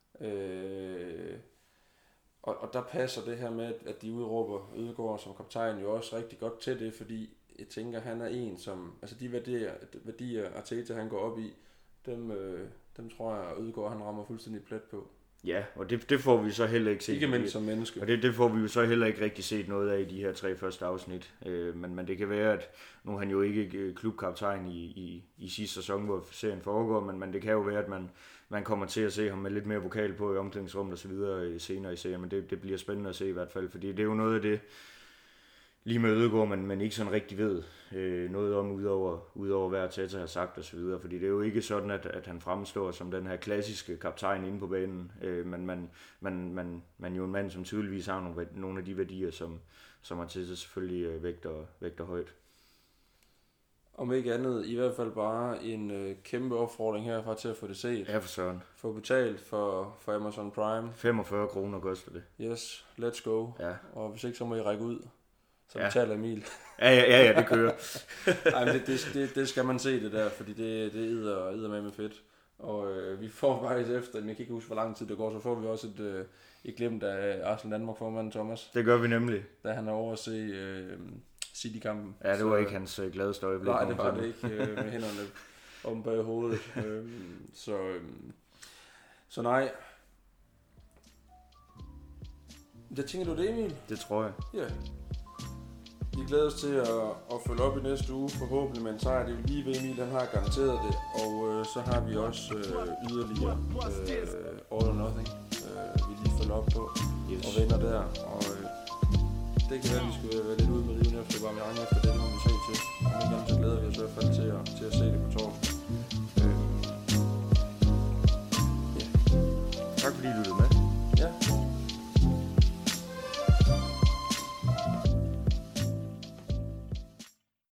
Og der passer det her med, at de udråber Ødegaard som kaptajn jo også rigtig godt til det, fordi jeg tænker, han er en, som, altså de værdier Arteta han går op i, dem tror jeg, Ødegaard han rammer fuldstændig plet på. Ja, og det får vi så heller ikke set. Ikke mindst som menneske. Og det får vi jo så heller ikke rigtig set noget af i de her 3 første afsnit. Men det kan være, at nu er han jo ikke klubkaptajn i sidste sæson, hvor serien foregår, men det kan jo være, at man kommer til at se ham med lidt mere vokal på i omklædningsrummet og så videre senere i serien. Men det bliver spændende at se i hvert fald, fordi det er jo noget af det, lige med Ødegaard, man ikke sådan rigtig ved noget om, udover hvad Arteta har sagt og så videre, fordi det er jo ikke sådan, at han fremstår som den her klassiske kaptajn inde på banen, men jo en mand, som tydeligvis har nogle af de værdier, som Arteta selvfølgelig vægter højt. Om ikke andet, i hvert fald bare en kæmpe opfordring herfra til at få det set. Ja, for søren. Få betalt for Amazon Prime. 45 kroner koster det. Yes, let's go. Ja. Og hvis ikke, så må I række ud. Så betaler Emil. Ja, det kører. Ej, men det skal man se det der, fordi det æder med fedt. Og vi får faktisk efter, jeg kan ikke huske, hvor lang tid det går, så får vi også et glimt af Arsenal Danmark formanden Thomas. Det gør vi nemlig. Da han er over at se City-kampen. Ja, det var ikke hans gladeste øjeblik. Nej, det var det ikke med hænderne om bag hovedet. Så nej. Jeg tænker du det, Emil? Det tror jeg. Ja. Vi glæder os til at følge op i næste uge, forhåbentlig med en sejr. Det vil lige ved Emil, han har garanteret det. Og så har vi også yderligere All or Nothing, vi lige følger op på og vender der. Og det kan være, at vi skal være lidt ude med riven efter Aubameyang efter det, må vi se til. Og så glæder vi os i hvert fald til at se det på torsdag.